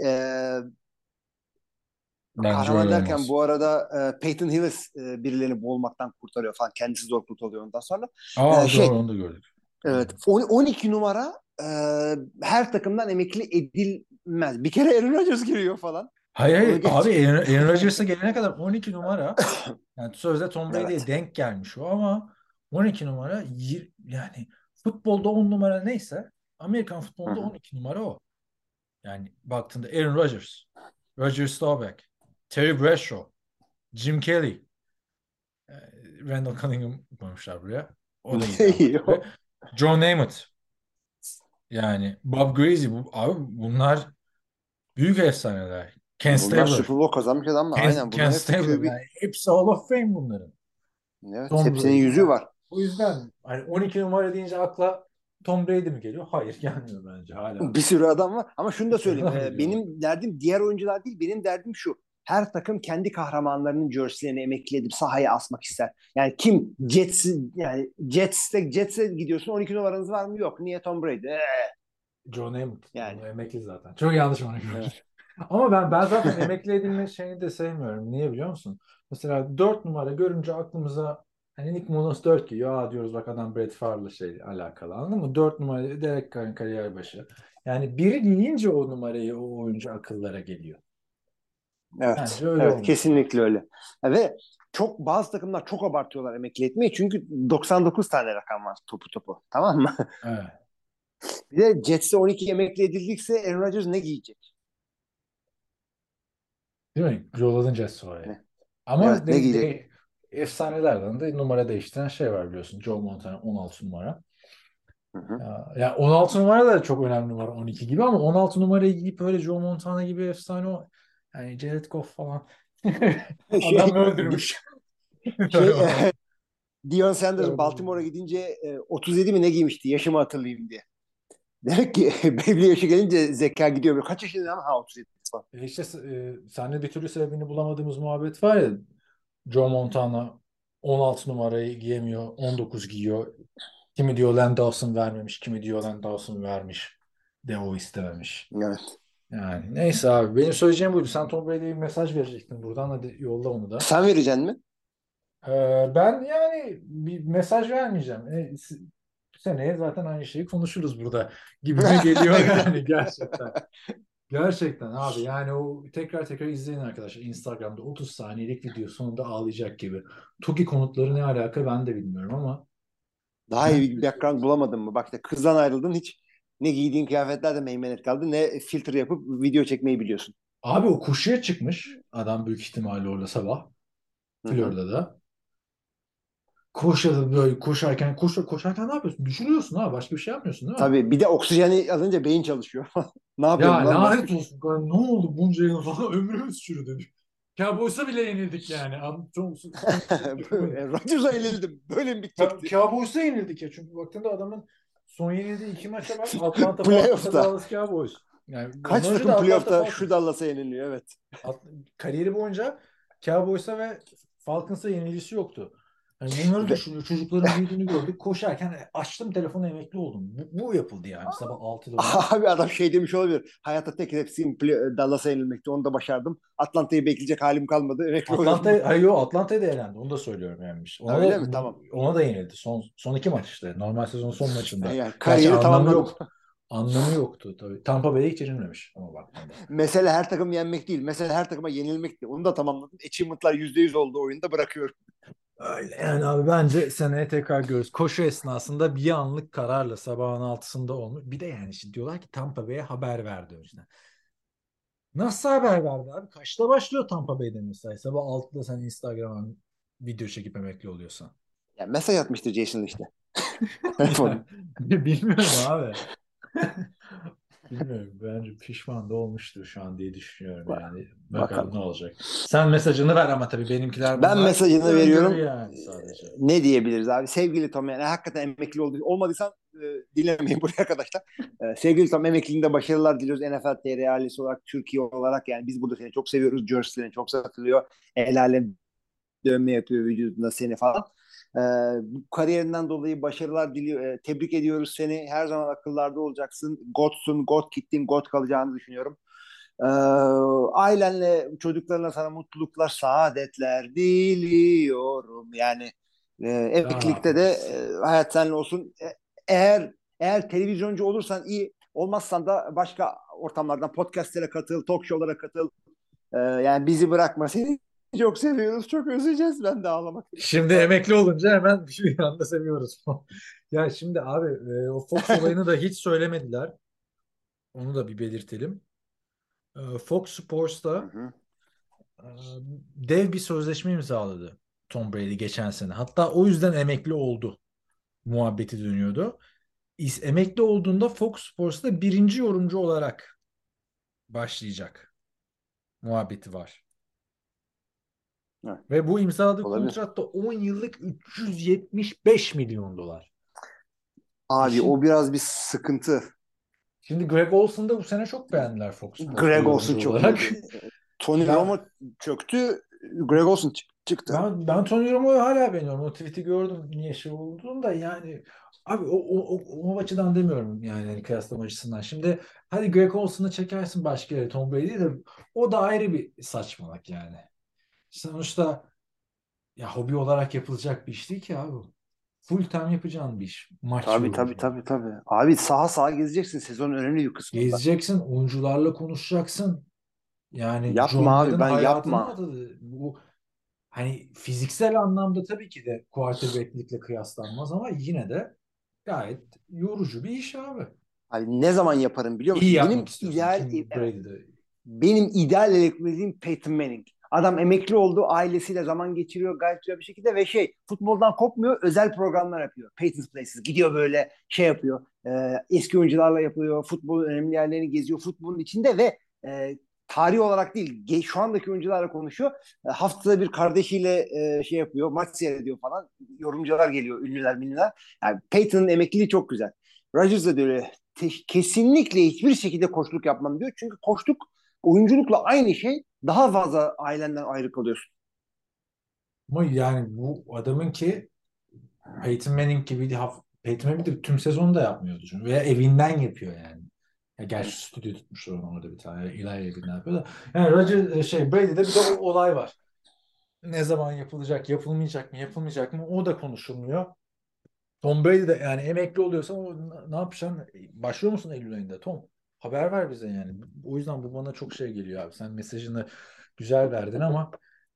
Bence kahraman öyle derken olmaz. bu arada Peyton Hillis birilerini boğulmaktan kurtarıyor falan. Kendisi zor kurtarıyor ondan sonra. Aa doğru Şey onu da gördük. evet 12 numara her takımdan emekli edilmez. Bir kere Aaron Rodgers giriyor falan. Hayır Onu hayır abi geç. Aaron Rodgers'a gelene kadar 12 numara yani sözde Tom Brady'ye Evet. denk gelmiş o ama 12 numara yani futbolda 10 numara neyse Amerikan Hı futbolunda hı. 12 numara o. Yani baktığında Aaron Rodgers, Roger Staubach, Terry Bradshaw, Jim Kelly, e, Randall Cunningham koymuşlar buraya. O da iyi ama tabii. Joe Namath yani Bob Greasy abi bunlar büyük efsaneler. Ken Bunlar Stabler. Super Bowl kazanmış adamlar. Aynen Ken bunlar hepsi Stabler QB. yani hepsi Hall of Fame bunların. Evet, Tom hepsinin Brady. yüzüğü Yani var. o yüzden hani 12 numara deyince akla Tom Brady mi geliyor? Hayır gelmiyor bence hala. Bir sürü adam var. Ama şunu Bir da sürü söyleyeyim. daha geliyorlar. Benim derdim diğer oyuncular değil. Benim derdim şu. Her takım kendi kahramanlarının jerseylerini emekli edip sahaya asmak ister. Yani kim Jets'e gidiyorsun 12 numaranız var mı? Yok. Niye Tom Brady? Joe Namath. Yani. Onu emekli zaten. Çok yanlış onu Evet. gördüm. Ama ben zaten emekli edilme şeyini de sevmiyorum. Niye biliyor musun? Mesela 4 numara görünce aklımıza hani Nick Munoz 4 ki ya diyoruz bak adam Brett Favre'la şey alakalı anladın mı? 4 numara Derek Carr'ın kariyer başı. Yani biri giyince o numarayı o oyuncu akıllara geliyor. Evet. Bence öyle Evet, olmuş. kesinlikle öyle. Ve bazı takımlar çok abartıyorlar emekli etmeyi. Çünkü 99 tane rakam var topu. Tamam mı? Evet. Bir de Jets'e 12 emekli edildikse Aaron Rodgers ne giyecek? Değil mi? Yolladın Jets oraya. Ne? Ama Evet, ne giyecek? efsanelerden de numara değiştiren şey var biliyorsun. Joe Montana 16 numara. Hı hı. Ya 16 numara da çok önemli numara 12 gibi ama 16 numarayı giyip böyle Joe Montana gibi efsane o. Yani Jared Goff falan. Şey, Adam öldürmüş. şey Galiba. Deion Sanders Baltimore'a gidince 37 mi ne giymişti yaşımı hatırlayayım diye. Demek ki belli yaşı gelince zeka gidiyor. Kaç yaşında ama? Ha, 37 falan. İşte seninle bir türlü sebebini bulamadığımız muhabbet var ya. Joe Montana 16 numarayı giyemiyor, 19 giyiyor. Kimi diyor Len Dawson vermemiş, kimi diyor Len Dawson vermiş. De o istememiş. Evet. Yani neyse abi benim söyleyeceğim buydu. Sen Tom Brady'ye bir mesaj verecektin buradan. Hadi yolla onu da. Sen vereceksin mi? Ben yani bir mesaj vermeyeceğim. Seneye zaten aynı şeyi konuşuruz burada gibime geliyor yani gerçekten. Gerçekten abi yani o tekrar izleyin arkadaşlar. Instagram'da 30 saniyelik video sonunda ağlayacak gibi. TOKİ konutları ne alaka ben de bilmiyorum ama Daha iyi bir background bulamadın mı? Bak işte kızdan ayrıldın, hiç ne giydiğin kıyafetler de meymenet kaldı, ne filtre yapıp video çekmeyi biliyorsun. abi o koşuya çıkmış adam büyük ihtimalle orada sabah Hı hı. Florida'da. Koşarken böyle koşarken ne yapıyorsun? Düşürüyorsun ha başka bir şey yapmıyorsun değil mi? Tabii bir de oksijeni alınca beyin çalışıyor. Ne Ya yapıyorum lan ben? lanet olsun. Ne oldu bunca yıl falan ömrümüz çürüdü. Cowboys'a bile yenildik yani. Rodgers'a yenildim. Böyle mi bitecekti? Cowboys'a yenildik ya. Çünkü baktığında adamın son yenildiği iki maça bak. Atlanta Falcons'a Playoff'ta. Dallas Cowboys. Yani Kaç ondan önce de takım Atlanta playoff'ta şu Falcons. Dallas'a yeniliyor, evet. Kariyeri boyunca Cowboys'a ve Falcons'a yenilgisi yoktu. Yani bunları Ve düşünüyor. Çocukların büyüdüğünü gördük. Koşarken açtım telefonu emekli oldum. Bu yapıldı yani sabah 6'da uyanıp. abi adam şey demiş olabilir. Hayatta tek hedefim Dallas'a yenilmekti. Onu da başardım. Atlanta'yı bekleyecek halim kalmadı. Emekli oluyorum. Hayır yok Atlanta'ya da elendi. Onu da söylüyorum yani. Ha, Ona öyle da mi? Tamam. ona da yenildi. Son iki maç işte. Normal sezon son maçında. Yani Gerçi kariyeri tamamladım. anlamı yoktu tabii. Tampa Bay'e hiç yenilmemiş ama baktığında. Mesele her takım yenmek değil. Mesele her takıma yenilmekti. Onu da tamamladım. Achievement'lar %100 oldu oyunda, bırakıyorum. Öyle yani abi bence seneye tekrar görürüz. Koşu esnasında bir anlık kararla sabahın 6'sında olmuş. Bir de yani şimdi diyorlar ki Tampa Bay'e haber verdi önceden. Nasıl haber verdi abi? Kaçta başlıyor Tampa Bay'de mesai? Sabah 6'da sen Instagram'a video çekip emekli oluyorsan. Yani mesaj atmıştır Jason işte. Telefonu. Bilmiyorum abi. Bilmiyorum. Bence pişman da olmuştur şu an diye düşünüyorum yani. Bakalım ne Bakalım. olacak. Sen mesajını ver ama tabii benimkiler Ben bunlar. mesajını Öngörü veriyorum. yani sadece. Ne diyebiliriz abi? Sevgili Tom, yani hakikaten emekli olmadıysan dinlemeyin buraya arkadaşlar. Sevgili Tom, emekliliğinde başarılar diliyoruz. NFL TR ailesi olarak, Türkiye olarak, yani biz burada seni çok seviyoruz. Jersey'lerin çok satılıyor. El alem dövme yapıyor vücudunda seni falan. Ee, Bu kariyerinden dolayı başarılar diliyor. Tebrik ediyoruz seni. Her zaman akıllarda olacaksın. God'sun, God gittin, God kalacağını düşünüyorum. Ee, Ailenle, çocuklarına sana mutluluklar, saadetler diliyorum. Yani Daha emeklilikte de fazlası. hayat seninle olsun. Eğer televizyoncu olursan iyi, olmazsan da başka ortamlardan podcastlere katıl, talk show'lara katıl. Yani bizi bırakma. Seni çok seviyoruz, çok özleyeceğiz. Ben de ağlamak Şimdi falan. emekli olunca hemen bir anda seviyoruz. Ya şimdi abi o Fox olayını da hiç söylemediler. Onu da bir belirtelim. Fox Hı Sports'ta hı. e, dev bir sözleşme imzaladı Tom Brady geçen sene. Hatta o yüzden emekli oldu muhabbeti dönüyordu. Emekli olduğunda Fox Sports'ta birinci yorumcu olarak başlayacak muhabbeti var. Evet, Ve bu imzaladığı olabilir. kontratta 10 yıllık 375 milyon dolar. Abi İşin o biraz bir sıkıntı. Şimdi Greg Olson'u da bu sene çok beğendiler Fox Sports'ta Greg Olson yorumcu çok olarak. iyiydi. Tony Ben Romo çöktü. Greg Olson çıktı. ben Tony Romo'yu hala beğeniyorum. O tweet'i gördüm niye şey olduğunu da yani abi o açıdan demiyorum yani hani kıyaslama açısından. Şimdi hadi Greg Olson'u çekersin başka yere Tom Brady'yi de o da ayrı bir saçmalık yani. Sonuçta ya hobi olarak yapılacak bir iş değil ki abi. Full time yapacağın bir iş. Maç Tabii, yorumcu. tabii, tabii, tabii. Abi saha saha gezeceksin. Sezonun önemli bir kısmında. Gezeceksin, oyuncularla konuşacaksın. Yani Yapma John abi, Madden ben hayatını yapma. adadı. Bu hani fiziksel anlamda tabii ki de quarterback'likle kıyaslanmaz ama yine de gayet yorucu bir iş abi. Hani ne zaman yaparım biliyor İyi musun? yapmak istiyorsan kim Evet, Brady'de. benim ideal elektriğim Peyton Manning. Adam emekli oldu, ailesiyle zaman geçiriyor gayet güzel bir şekilde ve futboldan kopmuyor, özel programlar yapıyor. Peyton's Places gidiyor, böyle yapıyor. Eski oyuncularla yapıyor, futbolun önemli yerlerini geziyor futbolun içinde ve tarih olarak değil, şu andaki oyuncularla konuşuyor. Haftada bir kardeşiyle yapıyor, maç seyrediyor falan. Yorumcular geliyor, ünlüler, minliler. Yani Peyton'ın emekliliği çok güzel. Rodgers da öyle. Kesinlikle hiçbir şekilde koçluk yapmam diyor. Çünkü koçluk oyunculukla aynı şey. Daha fazla ailenden ayrı kalıyorsun. Ama yani bu adamın ki Peyton Manning gibi Peyton Manning de tüm sezonu da yapmıyordu çünkü. Veya evinden yapıyor yani. Ya gerçi stüdyo tutmuşlar onu orada bir tane. Eli evinden yapıyor da. Yani Brady'de bir de o olay var. Ne zaman yapılacak, yapılmayacak mı, yapılmayacak mı o da konuşulmuyor. Tom Brady de yani emekli oluyorsan ne yapacaksın? Başlıyor musun Eylül ayında Tom? Haber ver bize yani. O yüzden bu bana çok şey geliyor abi. Sen mesajını güzel verdin ama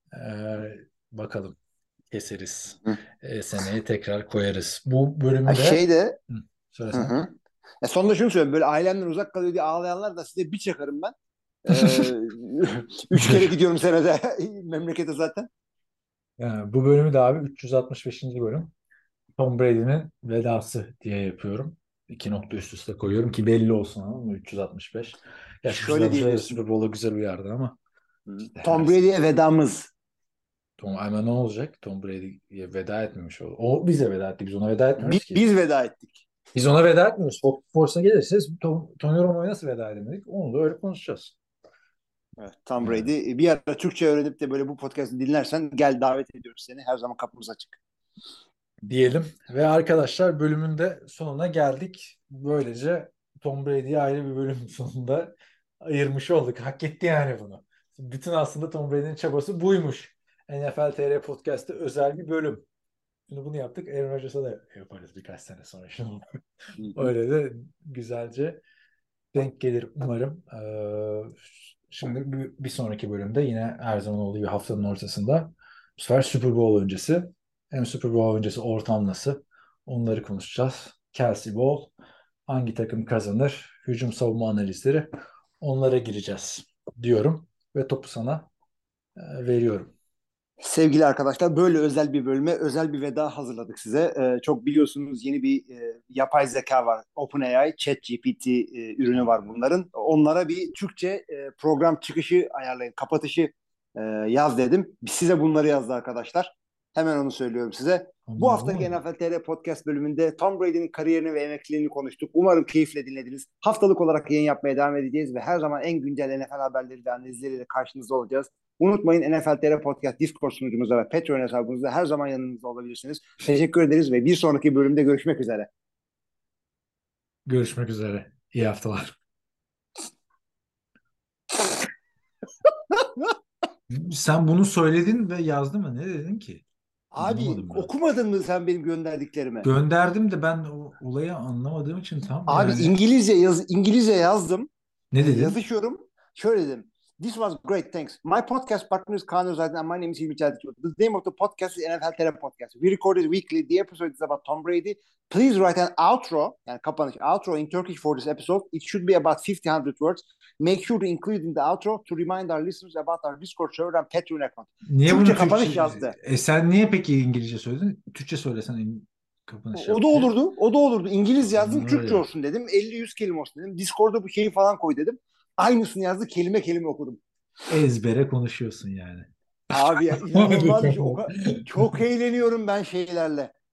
bakalım keseriz. Hı. Seneye tekrar koyarız. Bu Ha, bölümü de hı, hı söylesen. hı. Sonunda şunu söyleyeyim. Böyle ailemden uzak kalıyor diye ağlayanlar da size bir çakarım ben. Ee, 3 kere gidiyorum senede memlekete zaten. Yani bu bölümü de abi 365. bölüm. Tom Brady'nin vedası diye yapıyorum. İki nokta üst üste koyuyorum ki belli olsun ama 365. Gerçi Şöyle 365 de diyebilirsin. Super Bowl'a güzel uyardı ama işte her Tom sene. Brady'ye vedamız. Ama ne olacak? Tom Brady'ye veda etmemiş oldu. O bize veda etti. Biz ona veda etmiyoruz ki. Biz veda ettik. Biz ona veda etmiyoruz. Fox Sports'a gelirse Tony Romo'ya nasıl veda edemedik? Onu da öyle konuşacağız. Evet, Tom Yani Brady. Bir ara Türkçe öğrenip de böyle bu podcast'ı dinlersen gel, davet ediyoruz seni. Her zaman kapımız açık. diyelim. Ve arkadaşlar bölümün de sonuna geldik. Böylece Tom Brady'ye ayrı bir bölüm sonunda ayırmış olduk. Hak etti yani bunu. Bütün aslında Tom Brady'nin çabası buymuş. NFL TR Podcast'te özel bir bölüm. Şimdi bunu yaptık. Aaron Rodgers'a da yaparız birkaç sene sonra. Şimdi Hı hı. öyle de güzelce denk gelir umarım. Şimdi bir sonraki bölümde yine her zaman olduğu gibi haftanın ortasında bu sefer Super Bowl öncesi. Hem Super Bowl öncesi ortam nasıl? Onları konuşacağız. Kelsey Bowl, hangi takım kazanır? Hücum savunma analizleri. Onlara gireceğiz diyorum ve topu sana veriyorum. Sevgili arkadaşlar, böyle özel bir bölüme özel bir veda hazırladık size. Çok biliyorsunuz, yeni bir yapay zeka var. OpenAI, ChatGPT ürünü var bunların. Onlara bir Türkçe program çıkışı ayarlayın, kapatışı yaz dedim. Size bunları yazdı arkadaşlar. Hemen onu söylüyorum size. Bu Onlar haftaki mı? NFL TR Podcast bölümünde Tom Brady'nin kariyerini ve emekliliğini konuştuk. Umarım keyifle dinlediniz. Haftalık olarak yayın yapmaya devam edeceğiz ve her zaman en güncel NFL haberleri ve analizleriyle karşınızda olacağız. Unutmayın, NFL TR Podcast Discord sunucumuzda ve Patreon hesabımızda her zaman yanınızda olabilirsiniz. Teşekkür ederiz ve bir sonraki bölümde görüşmek üzere. Görüşmek üzere. İyi haftalar. Sen bunu söyledin ve yazdın mı? Ne dedin ki? Abi, Anlamadım ben. okumadın mı sen benim gönderdiklerimi? Gönderdim de ben o olayı anlamadığım için tam Abi, yani İngilizce yazdım. ne dedin? Yazışıyorum. Şöyle dedim. This was great, thanks. My podcast partner is Kaan Özaydın and my name is Hilmi Çeltikçioğlu. The name of the podcast is NFL TR Podcast. We record it weekly. The episode is about Tom Brady. Please write an outro, yani kapanış, outro in Turkish for this episode. It should be about 50-100 words. Make sure to include in the outro to remind our listeners about our Discord server and Patreon account. Niye bunu Türkçe Türkçe? kapanış yazdı. Sen niye peki İngilizce söyledin? Türkçe söylesen kapanış O yap da diye. olurdu. O da olurdu. İngiliz O zaman yazdım, Türkçe öyle. olsun dedim. 50-100 kelime olsun dedim. Discord'da bu şeyi falan koy dedim. Aynısını yazdı. Kelime kelime okudum. Ezbere konuşuyorsun yani. Abi ya, Hadi inanılmaz bir şey. tamam. Çok eğleniyorum ben şeylerle.